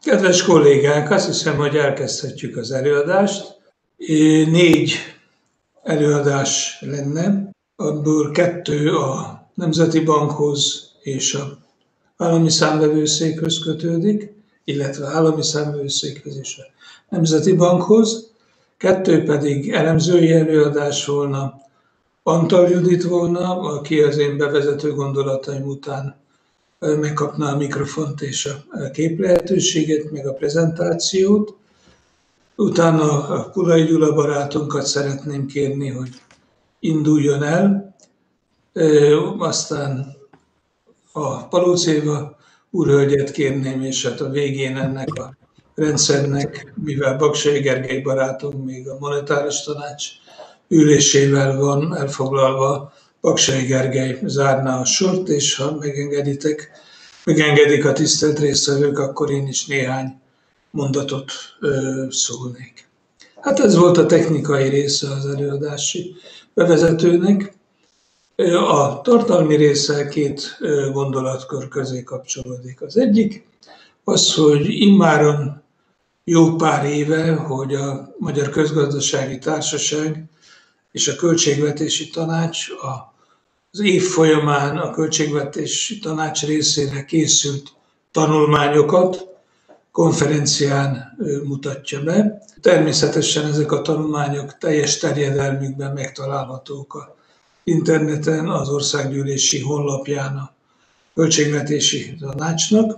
Kedves kollégák, azt hiszem, hogy elkezdhetjük az előadást. 4 előadás lenne, abból 2 a Nemzeti Bankhoz és az Állami Számvevőszékhöz kötődik, illetve Állami Számvevőszékhez és a Nemzeti Bankhoz. 2 pedig elemzői előadás volna. Antal Judit volna, aki az én bevezető gondolataim után megkapná a mikrofont és a képlehetőséget, meg a prezentációt. Utána a Pulai Gyula barátunkat szeretném kérni, hogy induljon el. Aztán a Palóc Éva úrhölgyet kérném, és hát a végén ennek a rendszernek, mivel Baksay Gergely barátunk még a Monetáris Tanács ülésével van elfoglalva, Baksay Gergely zárná a sort, és ha megengedik a tisztelt résztvevők, akkor én is néhány mondatot szólnék. Hát ez volt a technikai része az előadási bevezetőnek. A tartalmi része 2 gondolatkör közé kapcsolódik. Az egyik az, hogy immáron jó pár éve, hogy a Magyar Közgazdasági Társaság és a Költségvetési Tanács az év folyamán a Költségvetési Tanács részére készült tanulmányokat konferencián mutatja be. Természetesen ezek a tanulmányok teljes terjedelmükben megtalálhatók az interneten, az országgyűlési honlapján a Költségvetési Tanácsnak.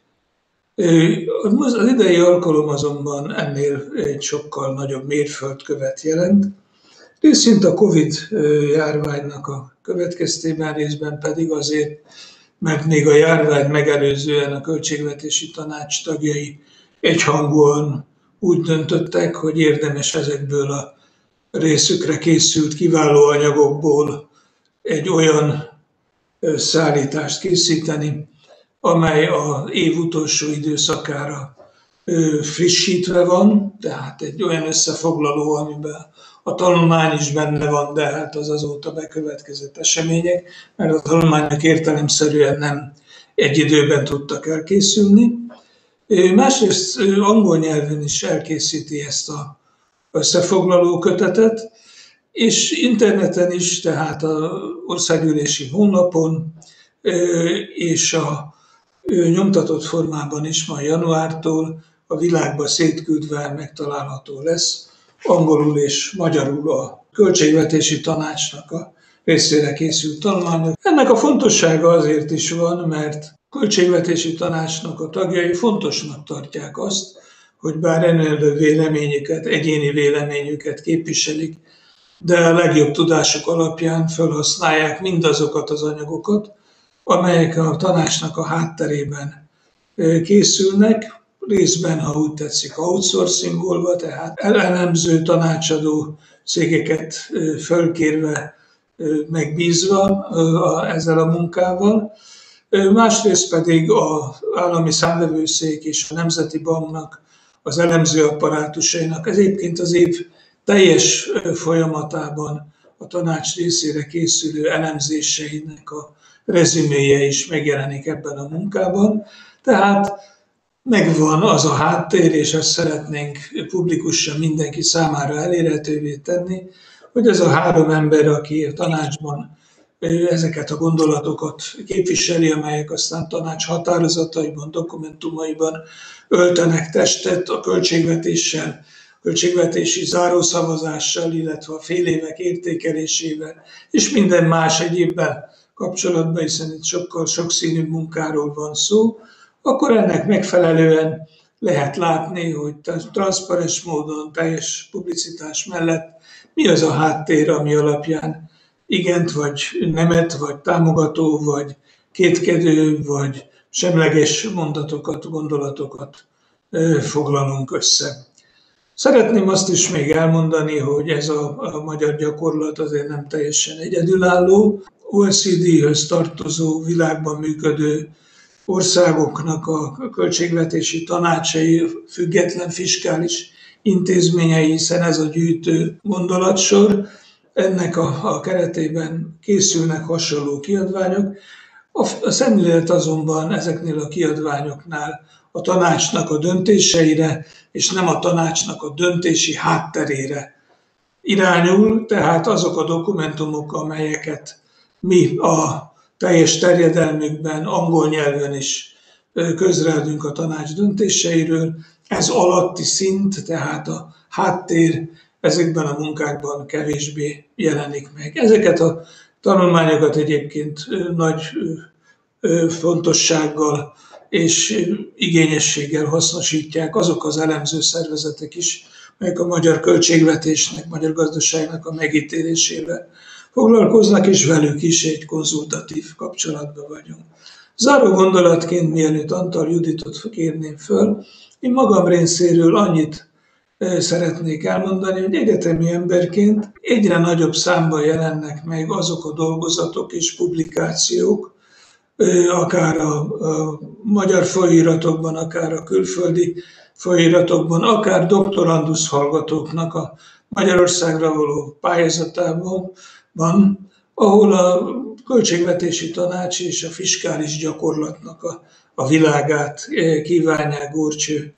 Az idei alkalom azonban ennél egy sokkal nagyobb mérföldkövet jelent. Részint a Covid-járványnak a következtében, részben pedig azért, mert még a járvány megelőzően a Költségvetési Tanács tagjai egyhangúan úgy döntöttek, hogy érdemes ezekből a részükre készült kiváló anyagokból egy olyan szállítást készíteni, amely az év utolsó időszakára frissítve van, tehát egy olyan összefoglaló, amiben a tanulmány is benne van, de hát az azóta bekövetkezett események, mert a tanulmányok értelemszerűen nem egy időben tudtak elkészülni. Másrészt angol nyelven is elkészíti ezt az összefoglaló kötetet, és interneten is, tehát az országgyűlési honlapon és a nyomtatott formában is majd januártól a világba szétküldve megtalálható lesz angolul és magyarul a Költségvetési Tanácsnak a részére készült tanulmányok. Ennek a fontossága azért is van, mert a Költségvetési Tanácsnak a tagjai fontosnak tartják azt, hogy bár ellenőrző véleményüket, egyéni véleményüket képviselik, de a legjobb tudásuk alapján felhasználják mindazokat az anyagokat, amelyek a tanácsnak a hátterében készülnek, részben, ha úgy tetszik, outsourcingolva, tehát elemző, tanácsadó cégeket fölkérve, megbízva ezzel a munkával. Másrészt pedig az Állami Számvevőszék és a Nemzeti Banknak, az elemző apparátusainak, ez egyébként az év teljes folyamatában a tanács részére készülő elemzéseinek a rezüméje is megjelenik ebben a munkában. Tehát megvan az a háttér, és ezt szeretnénk publikusan mindenki számára elérhetővé tenni, hogy ez a 3 ember, aki a tanácsban ezeket a gondolatokat képviseli, amelyek aztán tanács határozataiban, dokumentumaiban öltenek testet a költségvetéssel, költségvetési zárószavazással, illetve a félévek értékelésével, és minden más egyébben kapcsolatban, hiszen itt sokkal sokszínűbb munkáról van szó, akkor ennek megfelelően lehet látni, hogy transzparens módon, teljes publicitás mellett mi az a háttér, ami alapján igent, vagy nemet, vagy támogató, vagy kétkedő, vagy semleges mondatokat, gondolatokat foglalunk össze. Szeretném azt is még elmondani, hogy ez a magyar gyakorlat azért nem teljesen egyedülálló. OECD-höz tartozó, világban működő országoknak a költségvetési tanácsai, független fiskális intézményei, hiszen ez a gyűjtő gondolatsor, ennek a keretében készülnek hasonló kiadványok. A szemlélet azonban ezeknél a kiadványoknál a tanácsnak a döntéseire, és nem a tanácsnak a döntési hátterére irányul, tehát azok a dokumentumok, amelyeket mi a teljes terjedelmükben, angol nyelven is közreadunk a tanács döntéseiről, ez alatti szint, tehát a háttér ezekben a munkákban kevésbé jelenik meg. Ezeket a tanulmányokat egyébként nagy fontossággal és igényességgel hasznosítják azok az elemző szervezetek is, melyek a magyar költségvetésnek, magyar gazdaságnak a megítélésével foglalkoznak, és velük is egy konzultatív kapcsolatban vagyunk. Záró gondolatként, mielőtt Antal Juditot kérném föl, én magam részéről annyit szeretnék elmondani, hogy egyetemi emberként egyre nagyobb számban jelennek meg azok a dolgozatok és publikációk, akár a magyar folyóiratokban, akár a külföldi folyóiratokban, akár doktorandusz hallgatóknak a Magyarországra való pályázatában, ahol a költségvetési tanács és a fiskális gyakorlatnak a világát kívánják górcső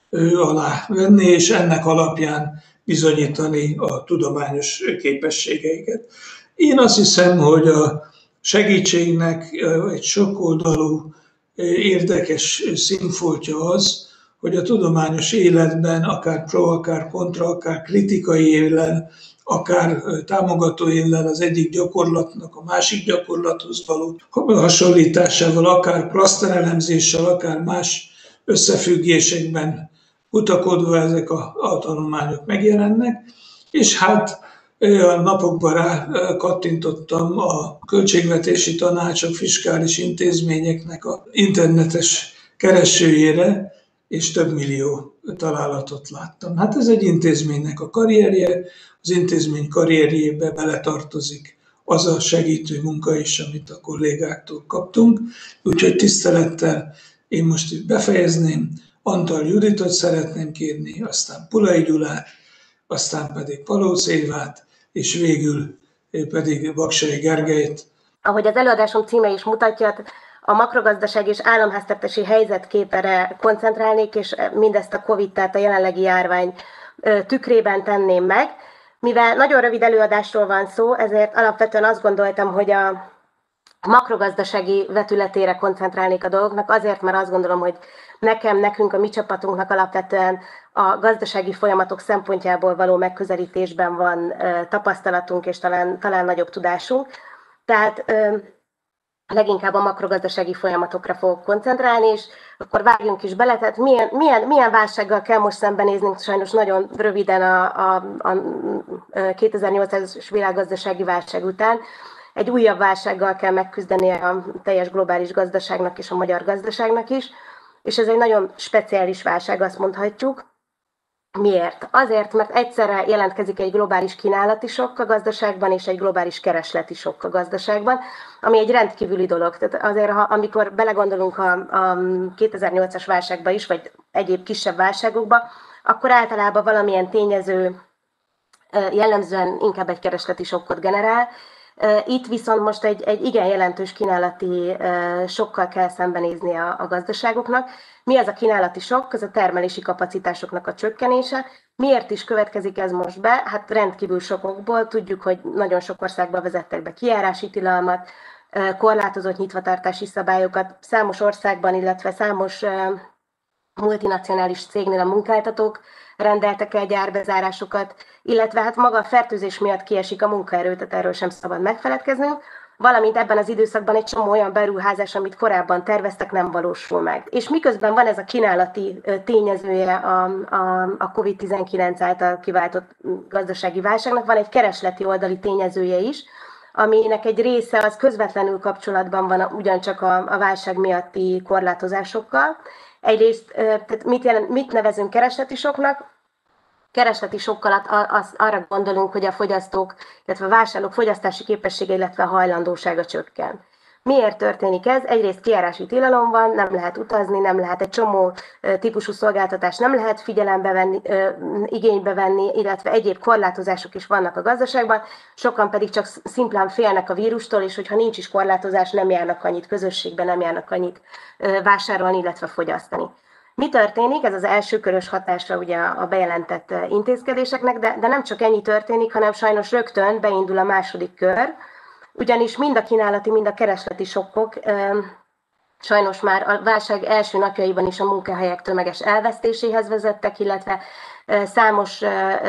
alá venni, és ennek alapján bizonyítani a tudományos képességeiket. Én azt hiszem, hogy a segítségnek egy sokoldalú, érdekes színfoltja az, hogy a tudományos életben akár pro, akár kontra, akár kritikai éllel, akár támogató éllel az egyik gyakorlatnak a másik gyakorlathoz való hasonlításával, akár klaszterelemzéssel, akár más összefüggésekben kutakodva ezek a tanulmányok megjelennek, és hát a napokban rá kattintottam a költségvetési tanácsok, fiskális intézményeknek a internetes keresőjére, és több millió találatot láttam. Hát ez egy intézménynek a karrierje, az intézmény karrierjébe beletartozik az a segítő munka is, amit a kollégáktól kaptunk. Úgyhogy tisztelettel én most itt befejezném, Antal Juditot szeretném kérni, aztán Pulai Gyulát, aztán pedig Palóc Évát, és végül pedig Baksay Gergelyt. Ahogy az előadásom címe is mutatja, a makrogazdaság és államháztartási helyzetképre koncentrálnék, és mindezt a Covid, tehát a jelenlegi járvány tükrében tenném meg. Mivel nagyon rövid előadásról van szó, ezért alapvetően azt gondoltam, hogy a makrogazdasági vetületére koncentrálnék a dolgoknak, azért, mert azt gondolom, hogy nekünk, a mi csapatunknak alapvetően a gazdasági folyamatok szempontjából való megközelítésben van tapasztalatunk, és talán nagyobb tudásunk. Tehát leginkább a makrogazdasági folyamatokra fogok koncentrálni, és akkor vágjunk is bele, tehát milyen válsággal kell most szembenéznünk, sajnos nagyon röviden a 2008-as világgazdasági válság után. Egy újabb válsággal kell megküzdenie a teljes globális gazdaságnak és a magyar gazdaságnak is, és ez egy nagyon speciális válság, azt mondhatjuk. Miért? Azért, mert egyszerre jelentkezik egy globális kínálati sokk a gazdaságban, és egy globális keresleti sokk a gazdaságban, ami egy rendkívüli dolog. Tehát azért, amikor belegondolunk a 2008-as válságba is, vagy egyéb kisebb válságokba, akkor általában valamilyen tényező jellemzően inkább egy keresleti sokkot generál. Itt viszont most egy igen jelentős kínálati sokkal kell szembenézni a gazdaságoknak. Mi az a kínálati sokk? Ez a termelési kapacitásoknak a csökkenése. Miért is következik ez most be? Hát rendkívül sokokból. Tudjuk, hogy nagyon sok országban vezettek be kijárási tilalmat, korlátozott nyitvatartási szabályokat. Számos országban, illetve számos multinacionális cégnél a munkáltatók rendeltek el gyárbezárásokat, illetve hát maga a fertőzés miatt kiesik a munkaerő, tehát erről sem szabad megfeledkeznünk, valamint ebben az időszakban egy csomó olyan beruházás, amit korábban terveztek, nem valósul meg. És miközben van ez a kínálati tényezője a COVID-19 által kiváltott gazdasági válságnak, van egy keresleti oldali tényezője is, aminek egy része az közvetlenül kapcsolatban van ugyancsak a válság miatti korlátozásokkal. Egyrészt, tehát mit nevezünk keresleti sokknak? Keresleti sokk alatt arra gondolunk, hogy a fogyasztók, illetve a vásárlók fogyasztási képessége, illetve a hajlandósága csökken. Miért történik ez? Egyrészt kijárási tilalom van, nem lehet utazni, nem lehet egy csomó típusú szolgáltatást nem lehet figyelembe venni, igénybe venni, illetve egyéb korlátozások is vannak a gazdaságban, sokan pedig csak szimplán félnek a vírustól, és hogyha nincs is korlátozás, nem járnak annyit közösségben, nem járnak annyit vásárolni, illetve fogyasztani. Mi történik? Ez az első körös hatása ugye a bejelentett intézkedéseknek, de nem csak ennyi történik, hanem sajnos rögtön beindul a második kör, ugyanis mind a kínálati, mind a keresleti sokkok sajnos már a válság első napjaiban is a munkahelyek tömeges elvesztéséhez vezettek, illetve számos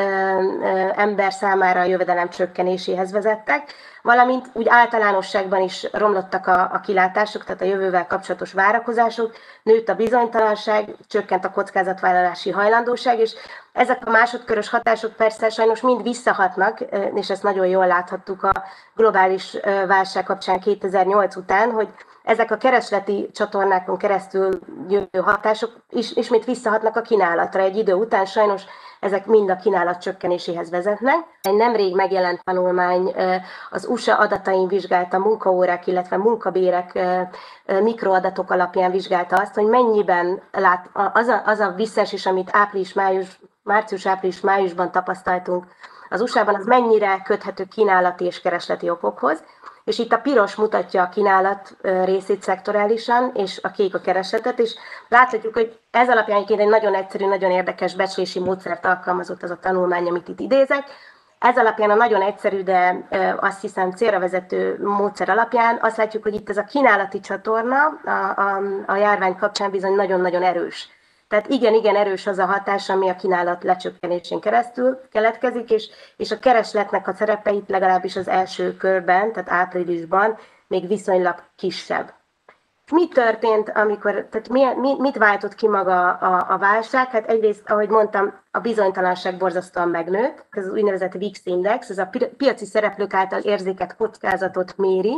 ember számára a jövedelem csökkenéséhez vezettek, valamint úgy általánosságban is romlottak a kilátások, tehát a jövővel kapcsolatos várakozások, nőtt a bizonytalanság, csökkent a kockázatvállalási hajlandóság, és ezek a másodkörös hatások persze sajnos mind visszahatnak, és ezt nagyon jól láthattuk a globális válság kapcsán 2008 után, hogy ezek a keresleti csatornákon keresztül jövő hatások ismét visszahatnak a kínálatra. Egy idő után sajnos ezek mind a kínálat csökkenéséhez vezetnek. Egy nemrég megjelent tanulmány az USA adatain vizsgálta munkaórák, illetve munkabérek mikroadatok alapján vizsgálta azt, hogy mennyiben lát az a visszaesés, amit március-április-májusban tapasztaltunk az USA-ban, az mennyire köthető kínálati és keresleti okokhoz. És itt a piros mutatja a kínálat részét szektorálisan, és a kék a keresletet, és láthatjuk, hogy ez alapján egy nagyon egyszerű, nagyon érdekes becslési módszert alkalmazott az a tanulmány, amit itt idézek. Ez alapján a nagyon egyszerű, de azt hiszem célra vezető módszer alapján azt látjuk, hogy itt ez a kínálati csatorna a járvány kapcsán bizony nagyon-nagyon erős. Tehát igen erős az a hatás, ami a kínálat lecsökkenésén keresztül keletkezik, és a keresletnek a szerepeit legalábbis az első körben, tehát áprilisban még viszonylag kisebb. Mi történt, tehát mit váltott ki maga a válság? Hát egyrészt, ahogy mondtam, a bizonytalanság borzasztóan megnőtt. Ez az úgynevezett VIX index, ez a piaci szereplők által érzékelt kockázatot méri,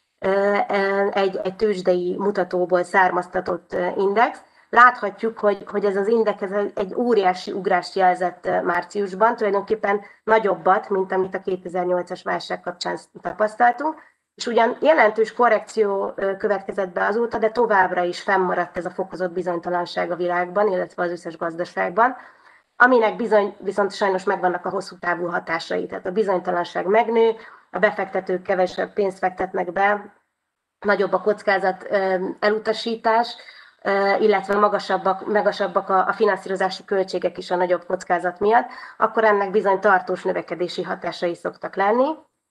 egy tőzsdei mutatóból származtatott index. Láthatjuk, hogy ez az index egy óriási ugrást jelzett márciusban, tulajdonképpen nagyobbat, mint amit a 2008-as válság kapcsán tapasztaltunk, és ugyan jelentős korrekció következett be azóta, de továbbra is fennmaradt ez a fokozott bizonytalanság a világban, illetve az összes gazdaságban, aminek viszont sajnos megvannak a hosszú távú hatásai. Tehát a bizonytalanság megnő, a befektetők kevesebb pénzt fektetnek be, nagyobb a kockázat elutasítás, illetve magasabbak a finanszírozási költségek is a nagyobb kockázat miatt, akkor ennek bizony tartós növekedési hatásai szoktak lenni.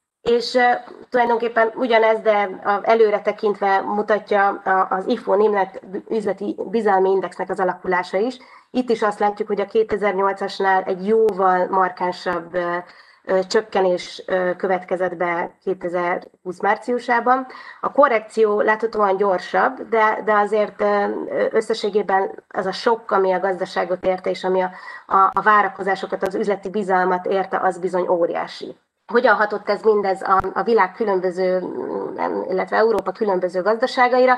És tulajdonképpen ugyanez, de előre tekintve mutatja az IFO német üzleti bizalmi indexnek az alakulása is. Itt is azt látjuk, hogy a 2008-asnál egy jóval markánsabb csökkenés következett be 2020 márciusában. A korrekció láthatóan gyorsabb, de azért összességében az a sok, ami a gazdaságot érte, és ami a várakozásokat, az üzleti bizalmat érte, az bizony óriási. Hogyan hatott ez mindez a világ különböző, illetve Európa különböző gazdaságaira?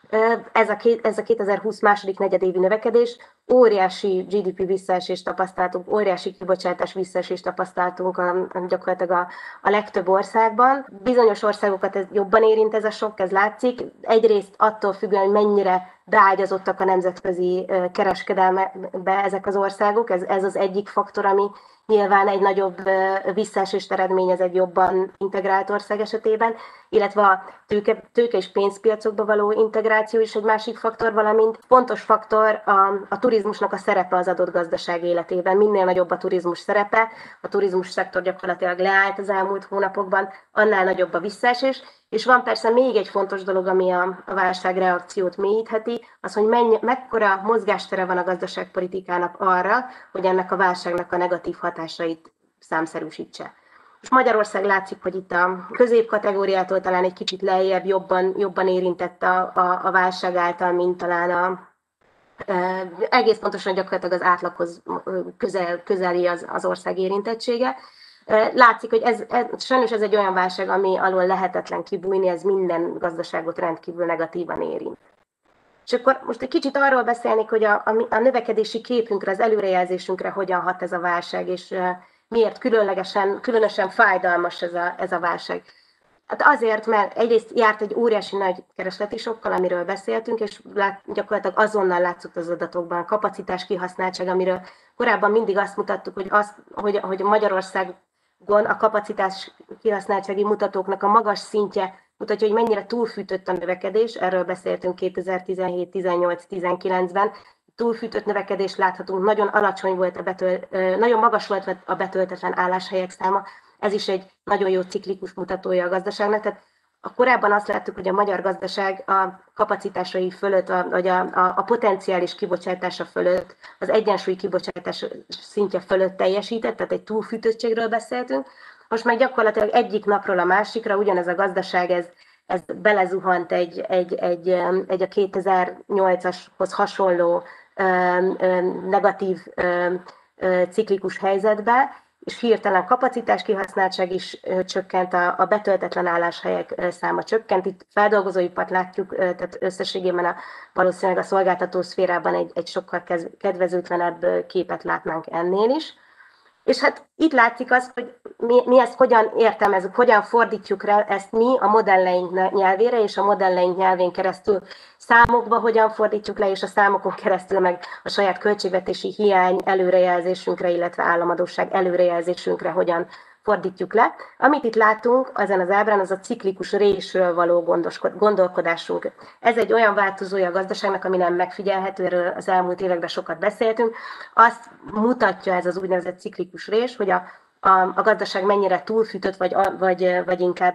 Ez a 2020 második negyedévi növekedés, óriási GDP visszaesést tapasztaltunk, óriási kibocsátás visszaesést tapasztaltunk gyakorlatilag a legtöbb országban. Bizonyos országokat ez jobban érint ez a sok, ez látszik. Egyrészt attól függően, hogy mennyire beágyazottak a nemzetközi kereskedelmebe ezek az országok, ez az egyik faktor, ami nyilván egy nagyobb visszaesést eredményez egy jobban integrált ország esetében, illetve a tőke és pénzpiacokba való integráció is egy másik faktor, valamint fontos faktor a turizmusnak a szerepe az adott gazdaság életében. Minél nagyobb a turizmus szerepe, a turizmus szektor gyakorlatilag leállt az elmúlt hónapokban, annál nagyobb a visszaesés. És van persze még egy fontos dolog, ami a válságreakciót mélyítheti, az, hogy mekkora mozgástere van a gazdaságpolitikának arra, hogy ennek a válságnak a negatív hatásait számszerűsítse. És Magyarország látszik, hogy itt a középkategóriától talán egy kicsit lejjebb, jobban érintett a válság által, mint talán egész pontosan gyakorlatilag az átlaghoz közeli az ország érintettsége. Látszik, hogy sajnos ez egy olyan válság, ami alól lehetetlen kibújni, ez minden gazdaságot rendkívül negatívan érint. És akkor most egy kicsit arról beszélnék, hogy a növekedési képünkre, az előrejelzésünkre hogyan hat ez a válság, és miért különösen fájdalmas ez a válság. Hát azért, mert egyrészt járt egy óriási nagy keresleti sokkal, amiről beszéltünk, és gyakorlatilag azonnal látszott az adatokban a kapacitás kihasználtság, amiről korábban mindig azt mutattuk, hogy Magyarországon a kapacitás kihasználtsági mutatóknak a magas szintje mutatja, hogy mennyire túlfűtött a növekedés, erről beszéltünk 2017, 18, 19-ben. túlfűtött növekedést láthatunk, nagyon alacsony volt nagyon magas volt a betöltetlen álláshelyek száma, ez is egy nagyon jó ciklikus mutatója a gazdaságnak. Tehát korábban azt láttuk, hogy a magyar gazdaság a kapacitásai fölött, vagy a potenciális kibocsátása fölött, az egyensúlyi kibocsátás szintje fölött teljesített, tehát egy túlfűtöttségről beszéltünk. Most meg gyakorlatilag egyik napról a másikra ugyanez a gazdaság, ez belezuhant egy a 2008-ashoz hasonló negatív ciklikus helyzetbe, és hirtelen kapacitáskihasználtság is csökkent, a betöltetlen álláshelyek száma csökkent. Itt feldolgozóipart látjuk, tehát összességében valószínűleg a szolgáltató szférában egy sokkal kedvezőtlenebb képet látnánk ennél is. És hát itt látszik az, hogy mi ezt hogyan értelmezzük, hogyan fordítjuk rá ezt mi a modelleink nyelvére, és a modelleink nyelvén keresztül számokba hogyan fordítjuk le, és a számokon keresztül meg a saját költségvetési hiány előrejelzésünkre, illetve államadósság előrejelzésünkre hogyan fordítjuk le. Amit itt látunk ezen az ábrán, az a ciklikus résről való gondolkodásunk. Ez egy olyan változója a gazdaságnak, ami nem megfigyelhető, erről az elmúlt években sokat beszéltünk. Azt mutatja ez az úgynevezett ciklikus rés, hogy a gazdaság mennyire túlfűtött, vagy inkább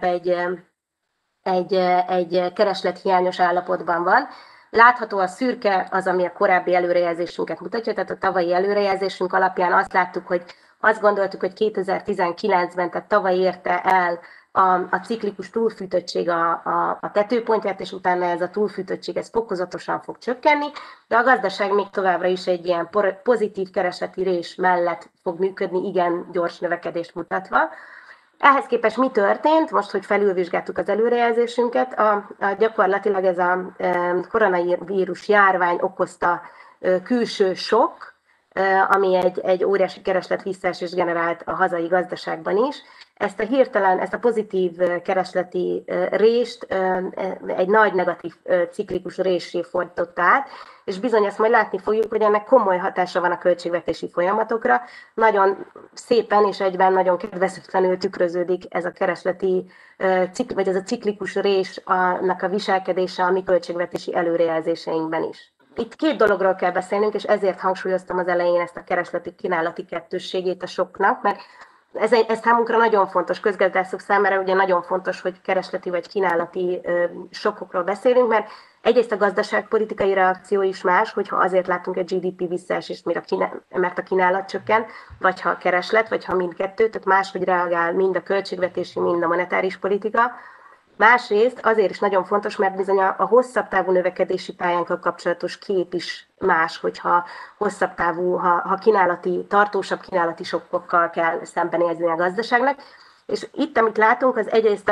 egy kereslethiányos állapotban van. Látható a szürke az, ami a korábbi előrejelzésünket mutatja, tehát a tavalyi előrejelzésünk alapján azt láttuk, hogy azt gondoltuk, hogy 2019-ben, tehát tavaly érte el a ciklikus túlfűtöttség a tetőpontját, és utána ez a túlfűtöttség ez fokozatosan fog csökkenni, de a gazdaság még továbbra is egy ilyen pozitív keresleti rés mellett fog működni, igen gyors növekedést mutatva. Ehhez képest mi történt? Most, hogy felülvizsgáltuk az előrejelzésünket, gyakorlatilag ez a koronavírus járvány okozta külső sok, ami egy óriási kereslet visszaesést generált a hazai gazdaságban is. Ezt a pozitív keresleti rést egy nagy negatív ciklikus réssé fordította át, és bizony ezt majd látni fogjuk, hogy ennek komoly hatása van a költségvetési folyamatokra. Nagyon szépen és egyben nagyon kedvezőtlenül tükröződik ez a keresleti, vagy ez a ciklikus résnek a viselkedése a mi költségvetési előrejelzéseinkben is. Itt két dologról kell beszélnünk, és ezért hangsúlyoztam az elején ezt a keresleti-kínálati kettősségét a soknak, mert ez számunkra nagyon fontos, közgazdászok számára ugye nagyon fontos, hogy keresleti vagy kínálati sokkokról beszélünk, mert egyrészt a gazdaságpolitikai reakció is más, hogyha azért látunk egy GDP visszaesést, mert a kínálat csökken, vagy ha a kereslet, vagy ha mindkettő, tehát máshogy reagál mind a költségvetési, mind a monetáris politika. Másrészt azért is nagyon fontos, mert bizony a hosszabb távú növekedési pályánkkal kapcsolatos kép is más, hogyha hosszabb távú, ha tartósabb kínálati sokkokkal kell szembenézni a gazdaságnak. És itt, amit látunk, az egyrészt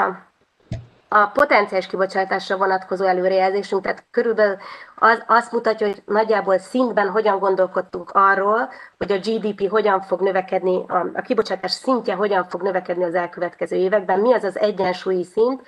a potenciális kibocsátásra vonatkozó előrejelzésünk, tehát körülbelül azt mutatja, hogy nagyjából szintben hogyan gondolkodtunk arról, hogy a GDP hogyan fog növekedni, a kibocsátás szintje hogyan fog növekedni az elkövetkező években, mi az az egyensúlyi szint,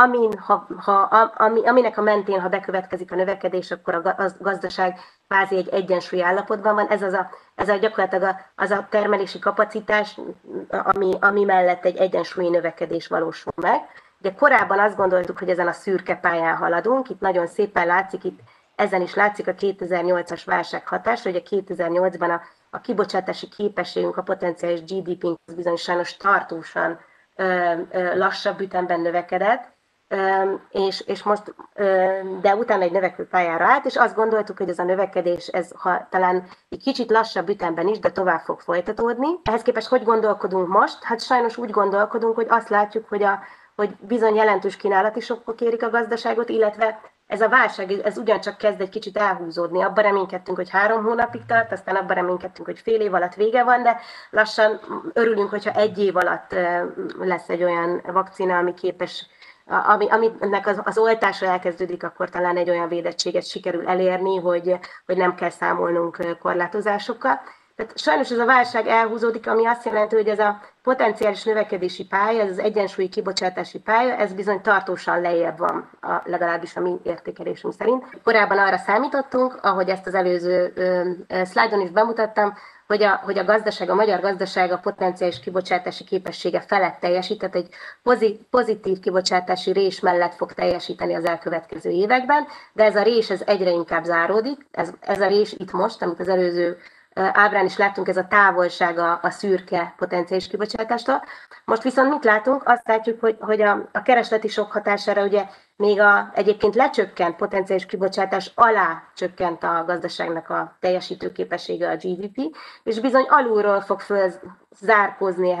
aminek a mentén, ha bekövetkezik a növekedés, akkor a gazdaság kvázi egy egyensúlyi állapotban van. Ez gyakorlatilag az a termelési kapacitás, ami mellett egy egyensúlyi növekedés valósul meg. De korábban azt gondoltuk, hogy ezen a szürke pályán haladunk, itt nagyon szépen látszik, ezen is látszik a 2008-as válság hatása, hogy a 2008-ban a kibocsátási képességünk, a potenciális GDP-nk bizony sajnos tartósan lassabb ütemben növekedett, és most, de utána egy növekvő pályára állt, és azt gondoltuk, hogy ez a növekedés, talán egy kicsit lassabb ütemben is, de tovább fog folytatódni. Ehhez képest hogy gondolkodunk most? Hát sajnos úgy gondolkodunk, hogy azt látjuk, hogy bizony jelentős kínálati sokkok érik a gazdaságot, illetve ez a válság, ez ugyancsak kezd egy kicsit elhúzódni. Abban reménykedtünk, hogy 3 hónapig tart, aztán abban reménykedtünk, hogy fél év alatt vége van, de lassan örülünk, hogyha 1 év alatt lesz egy olyan vakcina, ami képes, aminek az oltása elkezdődik, akkor talán egy olyan védettséget sikerül elérni, hogy nem kell számolnunk korlátozásokkal. Tehát sajnos ez a válság elhúzódik, ami azt jelenti, hogy ez a potenciális növekedési pálya, ez az egyensúlyi kibocsátási pálya, ez bizony tartósan lejjebb van, legalábbis a mi értékelésünk szerint. Korábban arra számítottunk, ahogy ezt az előző szlájdon is bemutattam, hogy a gazdaság, a magyar gazdaság a potenciális kibocsátási képessége felett teljesít, tehát egy pozitív kibocsátási rés mellett fog teljesíteni az elkövetkező években, de ez a rés ez egyre inkább záródik, ez a rés itt most, amit az előző ábrán is láttunk, ez a távolság a szürke potenciális kibocsátástól. Most viszont mit látunk? Azt látjuk, hogy a keresleti sok hatására ugye még egyébként lecsökkent potenciális kibocsátás alá csökkent a gazdaságnak a teljesítő képessége, a GDP, és bizony alulról fog zárkózni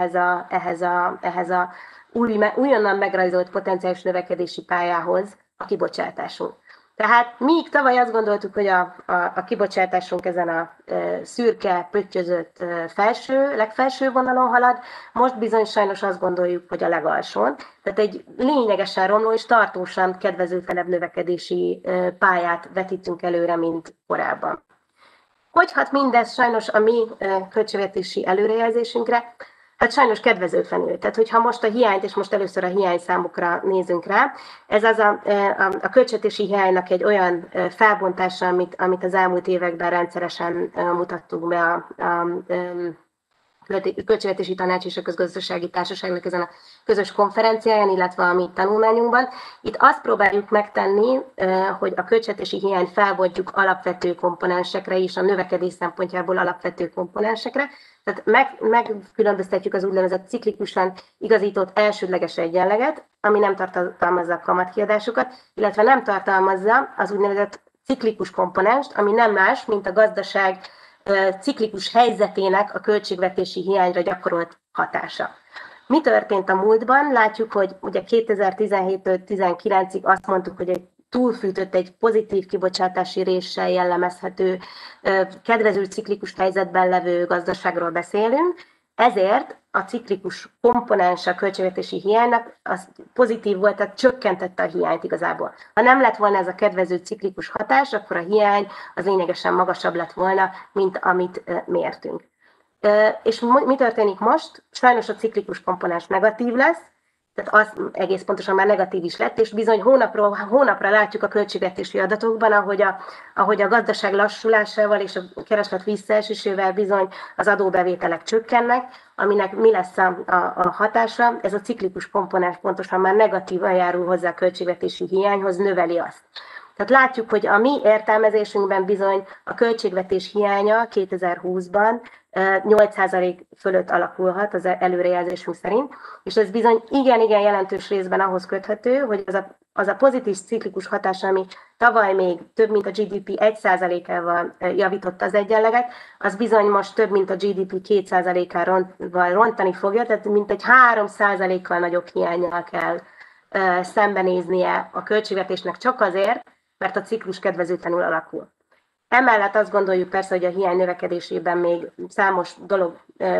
ehhez a újonnan megrajzolt potenciális növekedési pályához a kibocsátásunk. Tehát míg tavaly azt gondoltuk, hogy a kibocsátásunk ezen a szürke, pöttyözött legfelső vonalon halad, most bizony sajnos azt gondoljuk, hogy a legalsón. Tehát egy lényegesen romló és tartósan kedvezőtlenebb növekedési pályát vetítünk előre, mint korábban. Hogy hat mindez sajnos a mi költségvetési előrejelzésünkre? Hát sajnos kedvezőtlenül. Tehát, hogyha most a hiányt, és most először a hiányszámokra nézünk rá, ez az a költségvetési hiánynak egy olyan felbontása, amit az elmúlt években rendszeresen mutattunk be a Költségvetési Tanács és a Közgazdasági Társaságnak ezen a közös konferenciáján, illetve a mi tanulmányunkban. Itt azt próbáljuk megtenni, hogy a költségvetési hiányt felbontjuk alapvető komponensekre is, a növekedés szempontjából alapvető komponensekre. Tehát megkülönböztetjük az úgynevezett ciklikusan igazított elsődleges egyenleget, ami nem tartalmazza a kamatkiadásokat, illetve nem tartalmazza az úgynevezett ciklikus komponenst, ami nem más, mint a gazdaság ciklikus helyzetének a költségvetési hiányra gyakorolt hatása. Mi történt a múltban? Látjuk, hogy ugye 2017-től 2019-ig azt mondtuk, hogy egy túlfűtött, egy pozitív kibocsátási réssel jellemezhető, kedvező ciklikus helyzetben levő gazdaságról beszélünk, ezért a ciklikus komponens a költségvetési hiánynak az pozitív volt, tehát csökkentette a hiányt igazából. Ha nem lett volna ez a kedvező ciklikus hatás, akkor a hiány az lényegesen magasabb lett volna, mint amit mértünk. És mi történik most? Sajnos a ciklikus komponens negatív lesz, tehát az egész pontosan már negatív is lett, és bizony hónapról hónapra látjuk a költségvetési adatokban, ahogy a gazdaság lassulásával és a kereslet visszaesésével bizony az adóbevételek csökkennek, aminek mi lesz a hatása, ez a ciklikus komponens pontosan már negatívan járul hozzá a költségvetési hiányhoz, növeli azt. Tehát látjuk, hogy a mi értelmezésünkben bizony a költségvetés hiánya 2020-ban 8% fölött alakulhat az előrejelzésünk szerint, és ez bizony igen jelentős részben ahhoz köthető, hogy az a pozitív ciklikus hatás, ami tavaly még több mint a GDP 1%-ával javította az egyenleget, az bizony most több mint a GDP 2%-ával rontani fogja, tehát mintegy 3%-kal nagyobb hiánnyal kell szembenéznie a költségvetésnek csak azért, mert a ciklus kedvezőtlenül alakul. Emellett azt gondoljuk persze, hogy a hiány növekedésében még számos dolog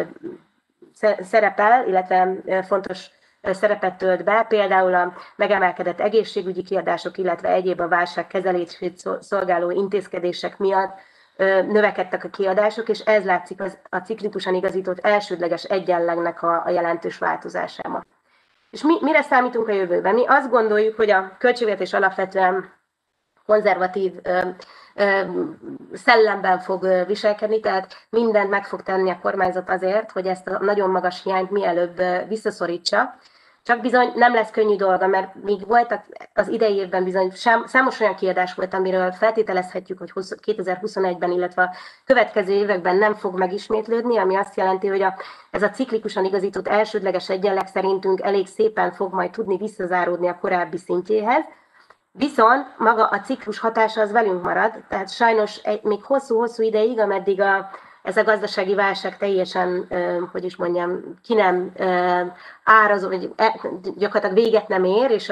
szerepel, illetve fontos szerepet tölt be, például a megemelkedett egészségügyi kiadások, illetve egyéb a válság kezelését szolgáló intézkedések miatt növekedtek a kiadások, és ez látszik a ciklikusan igazított elsődleges egyenlegnek a jelentős változásában. És mire számítunk a jövőben? Mi azt gondoljuk, hogy a költségvetés alapvetően konzervatív szellemben fog viselkedni, tehát mindent meg fog tenni a kormányzat azért, hogy ezt a nagyon magas hiányt mielőbb visszaszorítsa. Csak bizony nem lesz könnyű dolga, mert még voltak az idei évben bizony számos olyan kiadás volt, amiről feltételezhetjük, hogy 2021-ben, illetve a következő években nem fog megismétlődni, ami azt jelenti, hogy ez a ciklikusan igazított elsődleges egyenleg szerintünk elég szépen fog majd tudni visszazáródni a korábbi szintjéhez. Viszont maga a ciklus hatása az velünk marad, tehát sajnos még hosszú ideig, ameddig ez a gazdasági válság teljesen, ki nem árazó, vagy gyakorlatilag véget nem ér, és